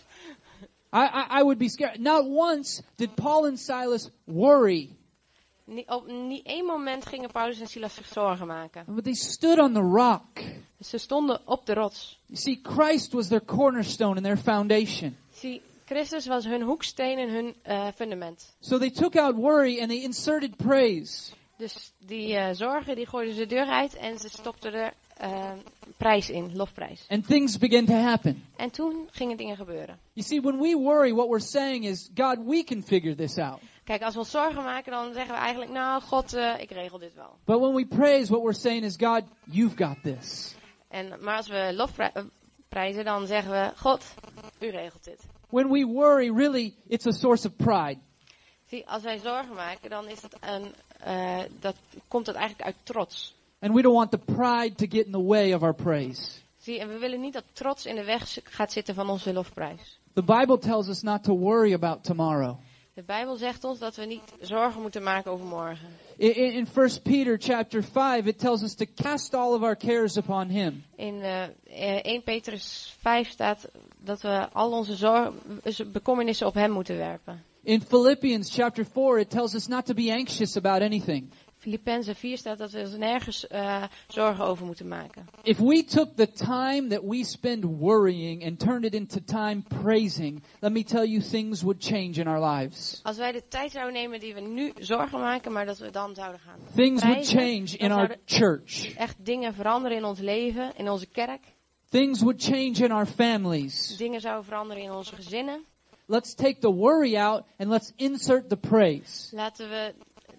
Speaker 9: I, I, I would be scared. Not once did Paul and Silas worry,
Speaker 8: Niet, op niet één moment gingen Paulus en Silas zich zorgen maken.
Speaker 9: but they stood on the rock.
Speaker 8: Ze stonden op de rots.
Speaker 9: You see, Christ was their cornerstone and their foundation.
Speaker 8: Zie, Christus was hun hoeksteen en hun uh, fundament.
Speaker 9: So they took out worry and they inserted praise.
Speaker 8: Dus die uh, zorgen, die gooiden ze de deur uit en ze stopten er uh, prijs in, lofprijs.
Speaker 9: And things began to happen.
Speaker 8: En toen gingen dingen gebeuren.
Speaker 9: You see, when we worry, what we're saying is, God, we can figure this out.
Speaker 8: Kijk, als we ons zorgen maken, dan zeggen we eigenlijk, nou, God, uh, ik regel dit wel.
Speaker 9: But when we praise, what we're saying is, God, you've got this.
Speaker 8: En, maar als we lofprijzen, dan zeggen we, God, u regelt dit.
Speaker 9: When we worry, really, it's a source of pride.
Speaker 8: Zie, als wij zorgen maken, dan is dat een, uh, dat komt dat eigenlijk uit trots.
Speaker 9: And we don't want the pride to get in the way of our praise.
Speaker 8: Zie, en we willen niet dat trots in de weg gaat zitten van onze lofprijs.
Speaker 9: The Bible tells us not to worry about tomorrow.
Speaker 8: De Bijbel zegt ons dat we niet zorgen moeten maken over morgen.
Speaker 9: In, in First Peter chapter five, it tells us to cast all of our cares upon Him.
Speaker 8: In uh, Eerste Petrus vijf staat dat we al onze zorgen, bekommernissen op Hem moeten werpen.
Speaker 9: In Philippians chapter four, it tells us not to be anxious about anything.
Speaker 8: Filippenzen vier staat dat we ons nergens uh, zorgen over moeten maken.
Speaker 9: If we took the time that we spend worrying and turned it into time praising, let me tell you, things would change in our lives.
Speaker 8: Als wij de tijd zouden nemen die we nu zorgen maken, maar dat we dan zouden gaan
Speaker 9: Things would
Speaker 8: prijzen,
Speaker 9: change in our church.
Speaker 8: Echt dingen veranderen in ons leven, in onze kerk.
Speaker 9: Things would change in our families.
Speaker 8: Dingen zouden veranderen in onze gezinnen.
Speaker 9: Let's take the worry out and let's insert the praise.
Speaker 8: Laten we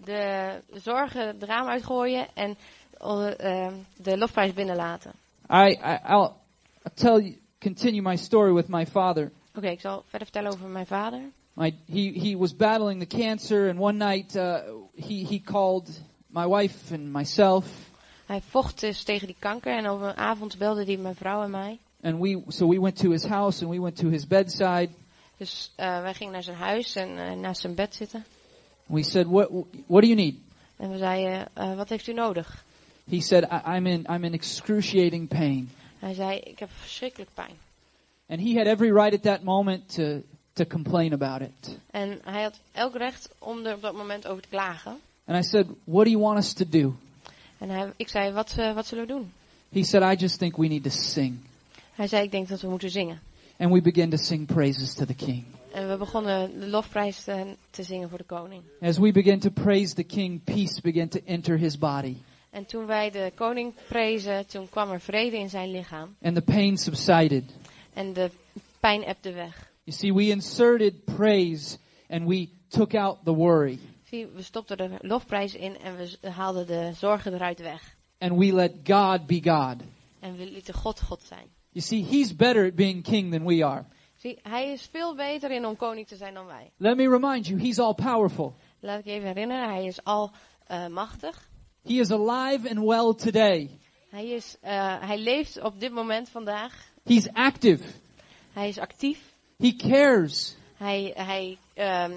Speaker 8: de zorgen het raam uitgooien en uh, de lofprijs binnenlaten.
Speaker 9: I, I I'll, I'll tell you, continue my story with my father.
Speaker 8: Oké, okay, ik zal verder vertellen over mijn vader.
Speaker 9: My, he he was battling the cancer, and one night uh, he he called my wife and myself.
Speaker 8: Hij vocht dus tegen die kanker en op een avond belde hij mijn vrouw en mij.
Speaker 9: And we so we went to his house and we went to his bedside.
Speaker 8: Dus uh, wij gingen naar zijn huis en uh, naast zijn bed zitten.
Speaker 9: We said, "What what do you need?"
Speaker 8: En we zeiden, uh, wat heeft u nodig?
Speaker 9: He said, I, "I'm in I'm in excruciating pain."
Speaker 8: Hij zei, ik heb verschrikkelijk pijn.
Speaker 9: And he had every right at that moment to to complain about it.
Speaker 8: En hij had elk recht om er op dat moment over te klagen.
Speaker 9: And I said, "What do you want us to do?"
Speaker 8: En hij, ik zei, wat, uh, wat zullen we doen?
Speaker 9: He said, "I just think we need to sing."
Speaker 8: Hij zei, ik denk dat we moeten zingen.
Speaker 9: And we began to sing praises to the King.
Speaker 8: En we begonnen de lofprijs te, te zingen voor de koning.
Speaker 9: As we began to praise the King, peace began to enter his body.
Speaker 8: En toen wij de koning prezen, toen kwam er vrede in zijn lichaam.
Speaker 9: And the pain subsided.
Speaker 8: En de pijn ebde weg.
Speaker 9: You see, we inserted praise and we took out the worry.
Speaker 8: Zie, we stopten de lofprijs in en we haalden de zorgen eruit weg.
Speaker 9: And we let God be God.
Speaker 8: En we lieten God God zijn.
Speaker 9: You see, he's better at being king than we are.
Speaker 8: Zie, hij is veel beter in om koning te zijn dan wij.
Speaker 9: Let me remind you, he's all powerful.
Speaker 8: Laat ik je even herinneren, hij is al uh, machtig.
Speaker 9: He is alive and well today.
Speaker 8: Hij, is, uh, hij leeft op dit moment vandaag.
Speaker 9: He's active.
Speaker 8: Hij is actief.
Speaker 9: He cares.
Speaker 8: Hij, hij, um,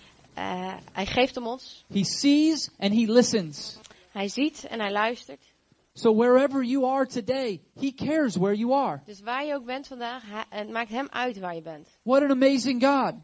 Speaker 8: uh, hij geeft om ons.
Speaker 9: He sees and he listens.
Speaker 8: Hij ziet en hij luistert.
Speaker 9: So wherever you are today, he cares where you are.
Speaker 8: Dus waar je ook bent vandaag, hij, het maakt hem uit waar je bent.
Speaker 9: What an amazing God.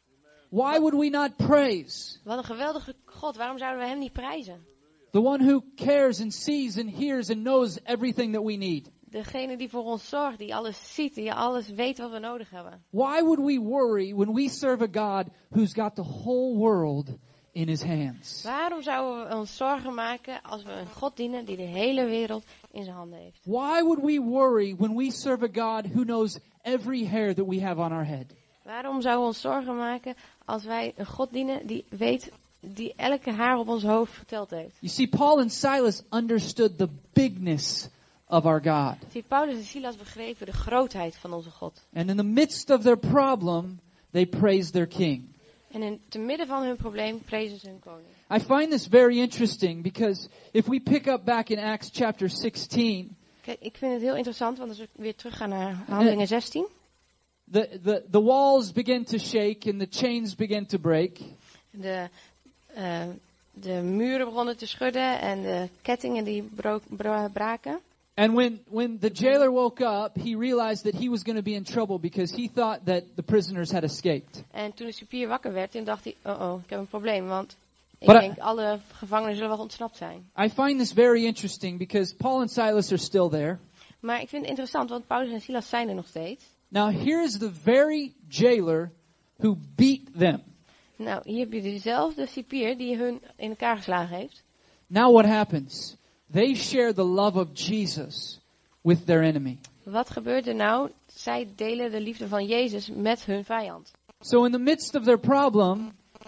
Speaker 9: Why would we not praise?
Speaker 8: Wat een geweldige God, waarom zouden we hem niet prijzen?
Speaker 9: The one who cares and sees and hears and knows everything that we need.
Speaker 8: Degene die voor ons zorgt, die alles ziet, die alles weet wat we nodig hebben.
Speaker 9: Why would we worry when we serve a God who's got the whole world in his hands?
Speaker 8: Waarom zouden we ons zorgen maken als we een God dienen die de hele wereld in zijn handen heeft?
Speaker 9: Why would we worry when we serve a God who knows every hair that we have on our head?
Speaker 8: Waarom zouden we ons zorgen maken als wij een God dienen die weet, die elke haar op ons hoofd verteld heeft?
Speaker 9: You see, Paul and Silas understood the bigness of our God.
Speaker 8: Zie, Paulus en Silas begrepen de grootheid van onze God.
Speaker 9: And in the midst of their problem, they praised their king.
Speaker 8: En in te midden van hun probleem prezen ze hun koning.
Speaker 9: I find this very interesting because if we pick up back in Acts chapter sixteen,
Speaker 8: Kijk, ik vind het heel interessant, want als we weer teruggaan naar Handelingen zestien.
Speaker 9: the, the, the walls begin to shake and the chains begin to break.
Speaker 8: De, uh, de muren begonnen te schudden en de kettingen die bro- bra- braken.
Speaker 9: And when, when the jailer woke up, he realized that he was going to be in trouble because he thought that the prisoners had escaped.
Speaker 8: En toen de cipier wakker werd, toen dacht hij, oh oh, ik heb een probleem, want ik
Speaker 9: But I-
Speaker 8: denk alle gevangenen zullen wel ontsnapt zijn.
Speaker 9: I find this very interesting because Paul and Silas are still there.
Speaker 8: Maar ik vind het interessant, want Paulus en Silas zijn er nog steeds.
Speaker 9: Now here's the very jailer who beat them.
Speaker 8: Nou, hier heb je dezelfde cipier die hun in elkaar geslagen heeft.
Speaker 9: Now what happens? They share the love of Jesus with their enemy.
Speaker 8: Wat gebeurt er nou? Zij delen de liefde van Jezus met hun vijand.
Speaker 9: So in the midst of their problem,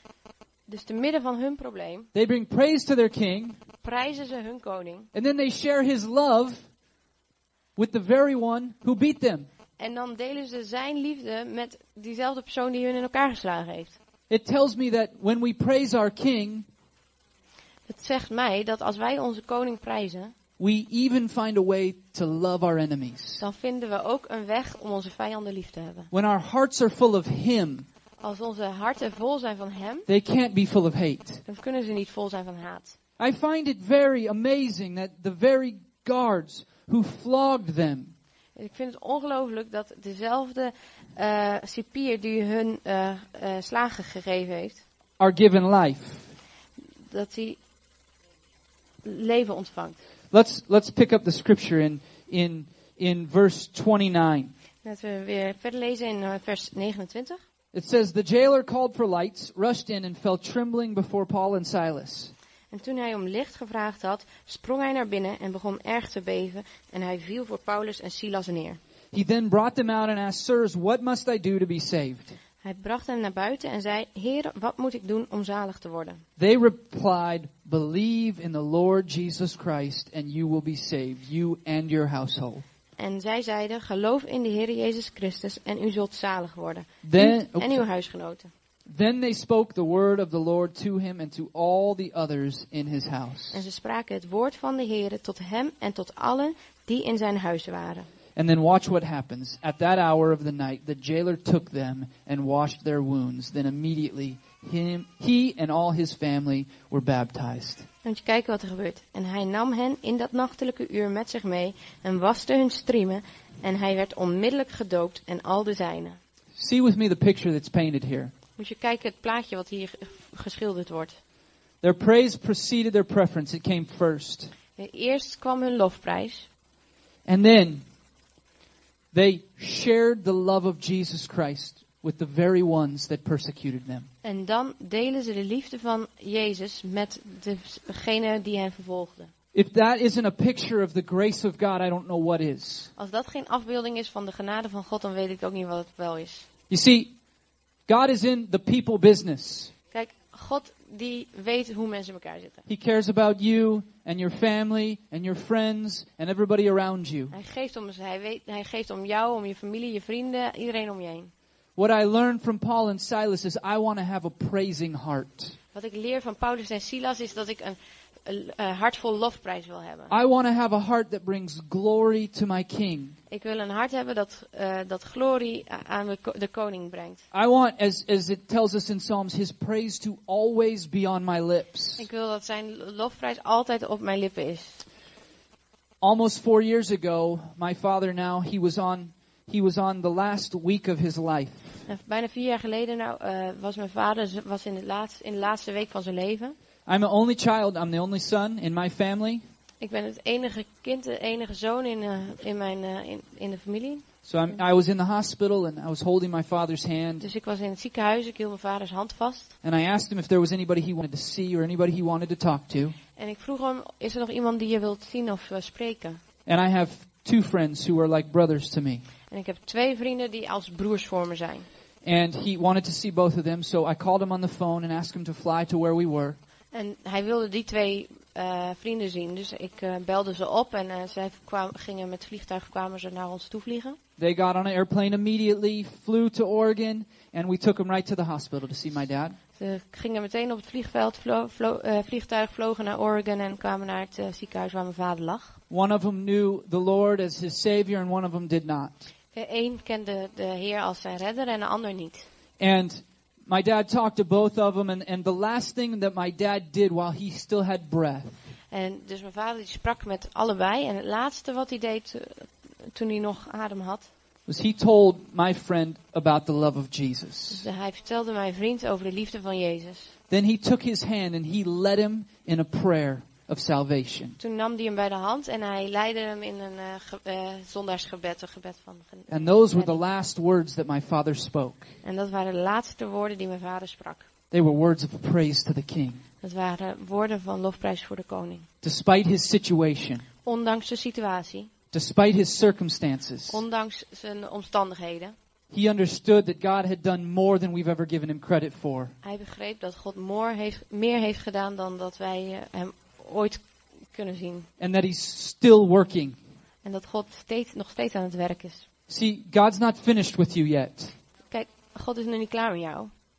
Speaker 8: Dus te midden van hun probleem
Speaker 9: they bring praise to their king,
Speaker 8: prijzen ze hun koning.
Speaker 9: and then they share his love with the very one who beat them.
Speaker 8: En dan delen ze zijn liefde met diezelfde persoon die hun in elkaar geslagen heeft.
Speaker 9: It tells me that when we praise our King,
Speaker 8: Het zegt mij dat als wij onze koning prijzen,
Speaker 9: we even find a way to love our enemies.
Speaker 8: dan vinden we ook een weg om onze vijanden lief te hebben.
Speaker 9: When our hearts are full of Him,
Speaker 8: Als onze harten vol zijn van hem,
Speaker 9: they can't be full of hate.
Speaker 8: dan kunnen ze niet vol zijn van haat.
Speaker 9: I find it very amazing that the very guards who flogged them,
Speaker 8: Ik vind het ongelooflijk dat dezelfde uh, cipier die hun uh, uh, slagen gegeven heeft,
Speaker 9: are given life.
Speaker 8: dat hij leven ontvangt.
Speaker 9: Let's let's pick up the scripture in in in verse twenty-nine.
Speaker 8: Laten we weer verder lezen in uh, vers negenentwintig.
Speaker 9: It says, the jailer called for lights, rushed in and fell trembling before Paul and Silas.
Speaker 8: En toen hij om licht gevraagd had, sprong hij naar binnen en begon erg te beven en hij viel voor Paulus en Silas neer.
Speaker 9: He then brought them out and asked, sirs, what must I do to be saved?
Speaker 8: Hij bracht hem naar buiten en zei, Heer, wat moet ik doen om zalig te worden?
Speaker 9: They replied, believe in the Lord Jesus Christ and you will be saved, you and your household.
Speaker 8: En zij zeiden, geloof in de Heer Jezus Christus en u zult zalig worden.
Speaker 9: Then,
Speaker 8: U en uw huisgenoten.
Speaker 9: Then they spoke the word of the Lord to him and to all the others in his house.
Speaker 8: En ze spraken het woord van de Heer tot hem en tot allen die in zijn huis waren.
Speaker 9: And then watch what happens. At that hour of the night, the jailer took them and washed their wounds. Then immediately him, he and all his family were baptized.
Speaker 8: Moet je kijken wat er gebeurt. En hij nam hen in dat nachtelijke uur met zich mee en waste hun striemen. En hij werd onmiddellijk gedoopt en al de zijnen.
Speaker 9: See with me the picture that's painted here.
Speaker 8: Moet je kijken het plaatje wat hier geschilderd wordt.
Speaker 9: Their praise preceded their preference. It came first.
Speaker 8: Eerst kwam hun lofprijs.
Speaker 9: And then they shared the love of Jesus Christ with the very ones that persecuted them.
Speaker 8: En dan delen ze de liefde van Jezus met degene die hen vervolgden.
Speaker 9: If that isn't a picture of the grace of God, I don't know what is.
Speaker 8: Als dat geen afbeelding is van de genade van God, dan weet ik ook niet wat het wel is.
Speaker 9: You see, God is in the people business.
Speaker 8: Kijk, God die weet hoe mensen in elkaar zitten.
Speaker 9: He cares about you and your family and your friends and everybody around you.
Speaker 8: Hij geeft om, hij weet, hij geeft om jou, om je familie, je vrienden, iedereen om je heen.
Speaker 9: What I learned from Paul and Silas is I want to have a praising heart.
Speaker 8: Wat ik leer van Paulus en Silas is dat ik een, een, een hart vol lofprijs wil hebben.
Speaker 9: I want to have a heart that brings glory to my king.
Speaker 8: Ik wil een hart hebben dat, uh, dat glorie aan de, de koning brengt.
Speaker 9: I want, as, as it tells us in Psalms, his praise to always be on my lips.
Speaker 8: Ik wil dat zijn lofprijs altijd op mijn lippen is.
Speaker 9: Almost four years ago, my father now, he was on, he was on the last week of his life.
Speaker 8: En bijna vier jaar geleden nou, uh, was mijn vader was in, het laatste, in de laatste week van zijn leven.
Speaker 9: I'm an only child. I'm the only son in my family.
Speaker 8: Ik ben het enige kind, de enige zoon in, uh, in, mijn, uh, in, in de familie.
Speaker 9: So I'm, I was in the hospital and I was holding my father's hand.
Speaker 8: Dus ik was in het ziekenhuis, ik hield mijn vaders hand vast.
Speaker 9: And I asked him if there was anybody he wanted to see or anybody he wanted to talk to.
Speaker 8: En ik vroeg hem, is er nog iemand die je wilt zien of uh, spreken?
Speaker 9: And I have two friends who are like brothers to me.
Speaker 8: En ik heb twee vrienden die als broers voor me zijn.
Speaker 9: And he wanted to see both of them, so I called him on the phone and asked him to fly to where we were.
Speaker 8: En hij wilde die twee uh, vrienden zien, dus ik uh, belde ze op en uh, zij kwam, gingen met vliegtuig kwamen ze naar ons toe vliegen.
Speaker 9: They got on an airplane immediately, flew to Oregon, and we took him right to the hospital to see my dad.
Speaker 8: Ze gingen meteen op het vliegveld, vlo, vlo, uh, vliegtuig, vlogen naar Oregon en kwamen naar het uh, ziekenhuis waar mijn vader lag.
Speaker 9: One of them knew the Lord as his Savior and one of them did not.
Speaker 8: Eén kende de Heer als zijn redder en de ander niet.
Speaker 9: And my dad talked to both of them, and, and the last thing that my dad did while he still had breath.
Speaker 8: En dus mijn vader die sprak met allebei en het laatste wat hij deed uh, toen hij nog adem had.
Speaker 9: Was he told my friend about the love of Jesus.
Speaker 8: Dus hij vertelde mijn vriend over de liefde van Jezus.
Speaker 9: Then he took his hand and he led him in a prayer of salvation.
Speaker 8: Toen nam hij hem bij de hand en hij leidde hem in een uh, ge, uh, zondaarsgebed, een gebed van. Uh,
Speaker 9: and those were the last words that my father spoke.
Speaker 8: En dat waren de laatste woorden die mijn vader sprak.
Speaker 9: They were words of praise to the king.
Speaker 8: Dat waren woorden van lofprijs voor de koning.
Speaker 9: Despite his situation.
Speaker 8: Ondanks de situatie.
Speaker 9: Despite his circumstances.
Speaker 8: Ondanks zijn omstandigheden.
Speaker 9: He understood that God had done more than we've ever given him credit for.
Speaker 8: Hij begreep dat God more heeft, meer heeft gedaan dan dat wij uh, hem ooit kunnen zien.
Speaker 9: And that he's still working.
Speaker 8: En dat God steeds, nog steeds aan het werk is.
Speaker 9: See, God's not finished with you yet.
Speaker 8: Kijk, God is nog niet klaar met jou.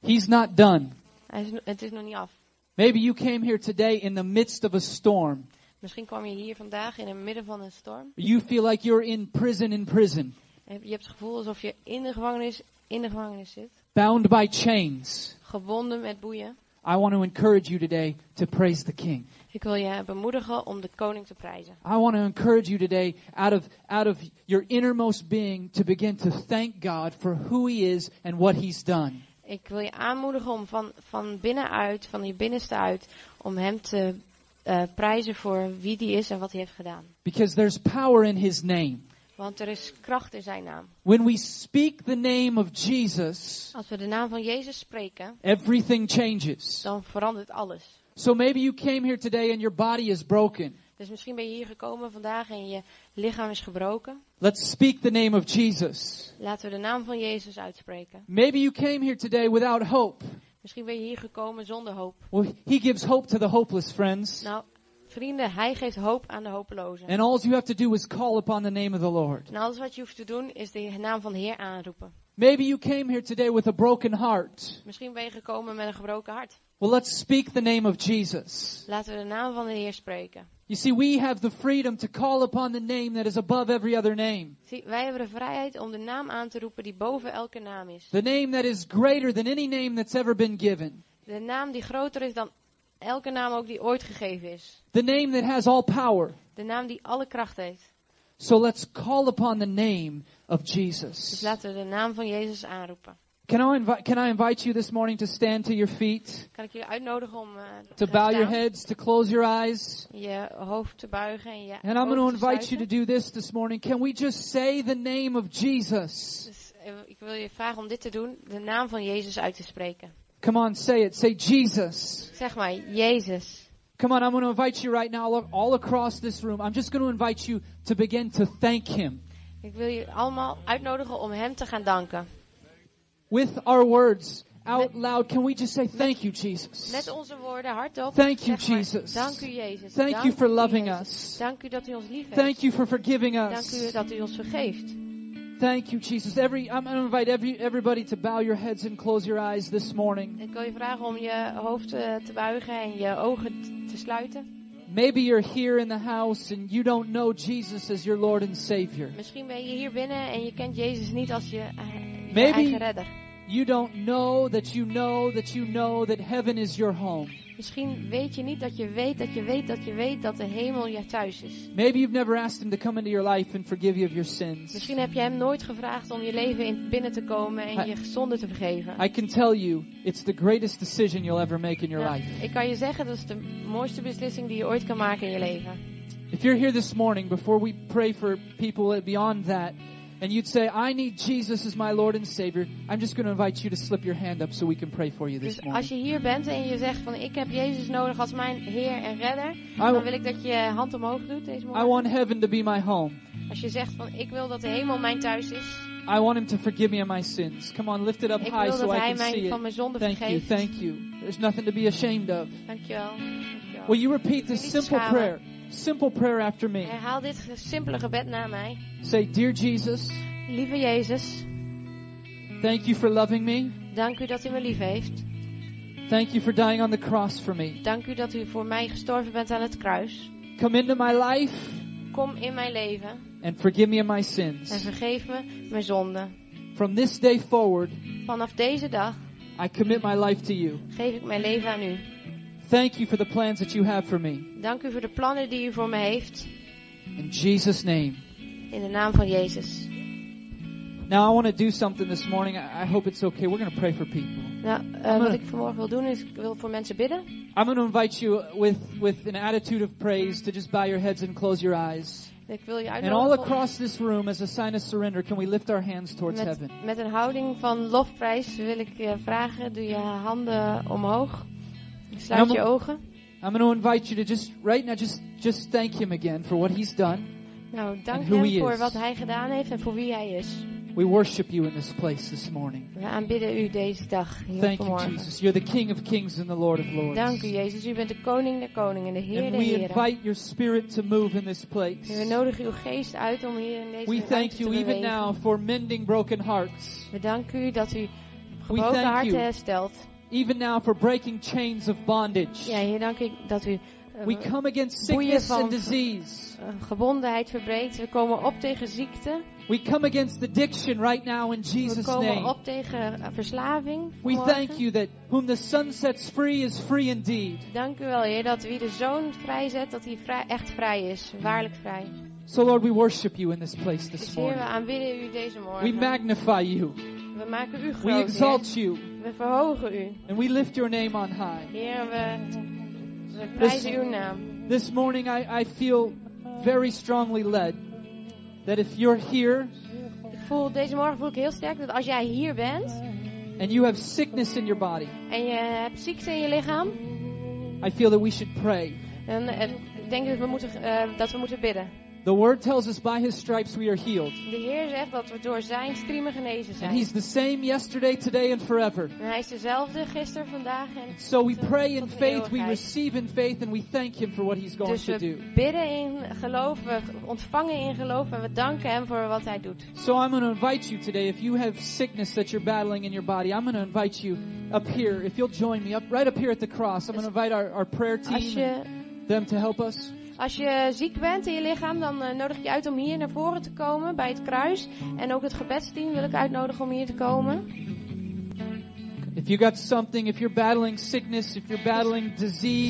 Speaker 9: He's not done.
Speaker 8: Hij is, het is nog niet af.
Speaker 9: Maybe you came here today in the midst of a storm.
Speaker 8: Misschien kwam je hier vandaag in het midden van een storm.
Speaker 9: You feel like you're in prison in prison.
Speaker 8: Je hebt het gevoel alsof je in de gevangenis, in de gevangenis zit.
Speaker 9: Bound by chains.
Speaker 8: Gebonden met boeien.
Speaker 9: I want to encourage you today to praise the King.
Speaker 8: Ik wil je bemoedigen om de koning te prijzen.
Speaker 9: I want to encourage you today out of, out of your innermost being to begin to thank God for who He is and what He's done.
Speaker 8: Ik wil je aanmoedigen om van, van binnenuit, van je binnenste uit, om hem te uh, prijzen voor wie die is en wat hij heeft gedaan.
Speaker 9: Because there's power in His name.
Speaker 8: Want er is kracht in zijn naam.
Speaker 9: When we speak the name of Jesus,
Speaker 8: als we de naam van Jezus spreken,
Speaker 9: everything changes.
Speaker 8: Dan verandert alles.
Speaker 9: So maybe you came here today and your body is broken.
Speaker 8: Dus misschien ben je hier gekomen vandaag en je lichaam is gebroken.
Speaker 9: Let's speak the name of Jesus.
Speaker 8: Laten we de naam van Jezus uitspreken.
Speaker 9: Maybe you came here today without hope.
Speaker 8: Misschien ben je hier gekomen zonder hoop.
Speaker 9: Well, He gives hope to the hopeless, friends.
Speaker 8: Nou, vrienden, hij geeft hoop aan de hopelozen.
Speaker 9: And all you have to do is call upon the name of the Lord.
Speaker 8: En alles wat je hoeft te doen is de naam van de Heer aanroepen.
Speaker 9: Maybe you came here today with a broken heart.
Speaker 8: Misschien ben je gekomen met een gebroken hart.
Speaker 9: Well, let's speak the name of Jesus.
Speaker 8: Laten we de naam van de Heer spreken.
Speaker 9: You see, we have the freedom to call upon the name that is above every other name.
Speaker 8: Zie, wij hebben de vrijheid om de naam aan te roepen die boven elke naam is.
Speaker 9: The name that is greater than any name that's ever been given.
Speaker 8: De naam die groter is dan elke naam ook die ooit gegeven is.
Speaker 9: The name that has all power.
Speaker 8: De naam die alle kracht heeft.
Speaker 9: So let's call upon the name of Jesus.
Speaker 8: Dus laten we de naam van Jezus aanroepen.
Speaker 9: Can I invite, can I invite you this morning to stand to your feet?
Speaker 8: Kan ik je uitnodigen om uh,
Speaker 9: to
Speaker 8: te
Speaker 9: bow
Speaker 8: staan,
Speaker 9: your heads, to close your eyes?
Speaker 8: Je hoofd te buigen en je
Speaker 9: And I'm going to
Speaker 8: ogen te
Speaker 9: invite you to
Speaker 8: sluiten.
Speaker 9: do this this morning. Can we just say the name of Jesus?
Speaker 8: Dus uh, ik wil je vragen om dit te doen, de naam van Jezus uit te spreken.
Speaker 9: Come on, say it. Say Jesus.
Speaker 8: Zeg maar, Jezus.
Speaker 9: Come on, I'm going to invite you right now all, all across this room. I'm just going to invite you to begin to thank Him.
Speaker 8: Ik wil je allemaal uitnodigen om hem te gaan danken.
Speaker 9: With our words out loud, can we just say thank you, Jesus?
Speaker 8: Met onze woorden hardop.
Speaker 9: Thank you,
Speaker 8: zeg maar,
Speaker 9: Jesus.
Speaker 8: Dank u, Jezus.
Speaker 9: Thank
Speaker 8: Dank
Speaker 9: you for
Speaker 8: u,
Speaker 9: loving
Speaker 8: Jezus.
Speaker 9: us.
Speaker 8: Dank u dat u ons lief heeft.
Speaker 9: Thank you for forgiving
Speaker 8: Dank
Speaker 9: us.
Speaker 8: u dat u ons vergeeft.
Speaker 9: Thank you, Jesus. Every, I'm going to invite every, everybody to bow your heads and close your eyes this morning.
Speaker 8: Ik wil je vragen om je hoofd uh, te buigen en je ogen t- te sluiten.
Speaker 9: Maybe you're here in the house and you don't know Jesus as your Lord and Savior.
Speaker 8: Misschien ben je hier binnen en je kent Jezus niet als je, uh, je
Speaker 9: Maybe
Speaker 8: eigen redder.
Speaker 9: you don't know that you know that you know that heaven is your home.
Speaker 8: Misschien weet je niet dat je weet dat je weet dat je weet dat de hemel je thuis is.
Speaker 9: Maybe you've never asked Him to come into your life and forgive you of your sins.
Speaker 8: Misschien heb je hem nooit gevraagd om je leven in binnen te komen en
Speaker 9: I-
Speaker 8: je zonde te vergeven.
Speaker 9: I can tell you, it's the greatest decision you'll ever make in your
Speaker 8: Nou,
Speaker 9: life.
Speaker 8: ik kan je zeggen, dat is de mooiste beslissing die je ooit kan maken in je leven.
Speaker 9: If you're here this morning, before we pray for people beyond that, and you'd say, I need Jesus as my Lord and Savior, I'm just going to invite you to slip your hand up so we can pray for you this
Speaker 8: Dus
Speaker 9: morning.
Speaker 8: als je hier bent en je zegt van ik heb Jezus nodig als mijn Heer en Redder, dan wil ik dat je je hand omhoog doet deze
Speaker 9: I
Speaker 8: morgen.
Speaker 9: want heaven to be my home.
Speaker 8: Als je zegt van ik wil dat de hemel mijn thuis is,
Speaker 9: I want Him to forgive me of my sins. Come on, lift it up
Speaker 8: ik
Speaker 9: high
Speaker 8: wil
Speaker 9: so
Speaker 8: dat
Speaker 9: I
Speaker 8: Hij
Speaker 9: can see
Speaker 8: mij van
Speaker 9: it.
Speaker 8: mijn zonde
Speaker 9: Thank you,
Speaker 8: vergeeft.
Speaker 9: thank you. There's nothing to be ashamed of.
Speaker 8: Dankjewel. Dankjewel.
Speaker 9: Will you repeat
Speaker 8: Je
Speaker 9: this
Speaker 8: niet
Speaker 9: simple
Speaker 8: schamen.
Speaker 9: prayer? Simple prayer after me.
Speaker 8: Herhaal dit simpele gebed na mij.
Speaker 9: Say, Dear Jesus,
Speaker 8: Lieve Jezus,
Speaker 9: thank you for loving me.
Speaker 8: dank u dat u me lief heeft.
Speaker 9: Thank you for dying on the cross for me.
Speaker 8: Dank u dat u voor mij gestorven bent aan het kruis.
Speaker 9: Come into my life
Speaker 8: Kom in mijn leven
Speaker 9: and forgive me of my
Speaker 8: en
Speaker 9: sins.
Speaker 8: vergeef me mijn zonden.
Speaker 9: From this day forward,
Speaker 8: Vanaf deze dag
Speaker 9: I commit my life to you.
Speaker 8: geef ik mijn leven aan u.
Speaker 9: Thank you for the plans that you have for me.
Speaker 8: Dank u voor de plannen die u voor me heeft.
Speaker 9: In Jesus' name.
Speaker 8: In de naam van Jezus.
Speaker 9: Now I want to do something this morning. I I hope it's okay. We're going to pray for people.
Speaker 8: Nou, uh, wat ik vanmorgen wil doen is, ik wil voor mensen bidden.
Speaker 9: I'm going to invite you with, with an attitude of praise to just bow your heads and close your eyes.
Speaker 8: Ik wil je
Speaker 9: And all
Speaker 8: uitnodigen
Speaker 9: across this room, as a sign of surrender, can we lift our hands towards
Speaker 8: met,
Speaker 9: heaven?
Speaker 8: met een houding van lofprijs wil ik je vragen, doe je handen omhoog. Sluit je ogen.
Speaker 9: I'm going to invite you to just, right now, just, just thank Him again for what He's done.
Speaker 8: Nou, dank
Speaker 9: And who
Speaker 8: hem
Speaker 9: he
Speaker 8: voor
Speaker 9: is.
Speaker 8: wat hij gedaan heeft en voor wie hij is.
Speaker 9: We worship you in this place this morning.
Speaker 8: We aanbidden u deze dag hier
Speaker 9: Thank you,
Speaker 8: vanmorgen.
Speaker 9: Jesus. You're the King of Kings and the Lord of Lords.
Speaker 8: Dank u, Jezus. U bent de koning der koningen, de Heer
Speaker 9: And
Speaker 8: der
Speaker 9: we
Speaker 8: heren.
Speaker 9: invite your Spirit to move in this
Speaker 8: En
Speaker 9: place.
Speaker 8: we nodigen uw geest uit om hier in deze
Speaker 9: We
Speaker 8: ruimte
Speaker 9: thank
Speaker 8: te
Speaker 9: you even
Speaker 8: bewegen.
Speaker 9: now for mending broken hearts.
Speaker 8: We danken u dat u gebroken
Speaker 9: thank
Speaker 8: harten
Speaker 9: you.
Speaker 8: herstelt.
Speaker 9: Even now for breaking chains of bondage.
Speaker 8: Ja, Heer, dank ik dat u uh,
Speaker 9: We come against
Speaker 8: boeien
Speaker 9: sickness
Speaker 8: van
Speaker 9: and disease.
Speaker 8: uh, gebondenheid verbreekt. We komen op tegen ziekte.
Speaker 9: We come against addiction right now in
Speaker 8: We
Speaker 9: Jesus'
Speaker 8: komen
Speaker 9: name.
Speaker 8: op tegen uh, verslaving.
Speaker 9: We
Speaker 8: vanmorgen.
Speaker 9: thank you that whom the Son sets free is free indeed.
Speaker 8: Dank u wel, Heer, dat wie de Zoon vrijzet, dat hij vrij, echt vrij is. Waarlijk vrij.
Speaker 9: So Lord, we worship you in this place this
Speaker 8: Dus Heer, we
Speaker 9: morning.
Speaker 8: aanbidden u deze
Speaker 9: We
Speaker 8: morgen.
Speaker 9: magnify you.
Speaker 8: We maken u
Speaker 9: We
Speaker 8: groot,
Speaker 9: exalt
Speaker 8: Heer.
Speaker 9: you.
Speaker 8: We verhogen u.
Speaker 9: And we lift your name on high.
Speaker 8: Heer, we, we prijzen uw naam.
Speaker 9: This morning I, I feel very strongly led that if you're here
Speaker 8: Ik voel, deze morgen voel ik heel sterk dat als jij hier bent
Speaker 9: and you have sickness in your body,
Speaker 8: en je hebt ziekte in je lichaam,
Speaker 9: I feel that we should pray.
Speaker 8: dan uh, denk ik dat we, moeten, uh, dat we moeten bidden.
Speaker 9: The word tells us by his stripes we are healed.
Speaker 8: De Heer zegt dat we door zijn striemen genezen zijn.
Speaker 9: And he's the same yesterday, today and forever.
Speaker 8: En hij is dezelfde gisteren, vandaag en
Speaker 9: So we
Speaker 8: tot-
Speaker 9: pray in
Speaker 8: tot de
Speaker 9: faith, we
Speaker 8: eeuwigheid.
Speaker 9: receive in faith, and we thank him for what he's going
Speaker 8: Dus
Speaker 9: to
Speaker 8: we
Speaker 9: do.
Speaker 8: bidden in geloof, we ontvangen in geloof en we danken hem voor wat hij doet.
Speaker 9: So I'm going to invite you today, if you have sickness that you're battling in your body, I'm going to invite you up here, if you'll join me, up right up here at the cross. I'm going to invite our, our prayer
Speaker 8: Als
Speaker 9: team
Speaker 8: je,
Speaker 9: and them to help us.
Speaker 8: als je ziek bent in je lichaam, dan uh, nodig ik je uit om hier naar voren te komen bij het kruis. En ook het gebedsteam wil ik uitnodigen om hier te komen.
Speaker 9: If you got something, if you're battling sickness, if you're battling disease,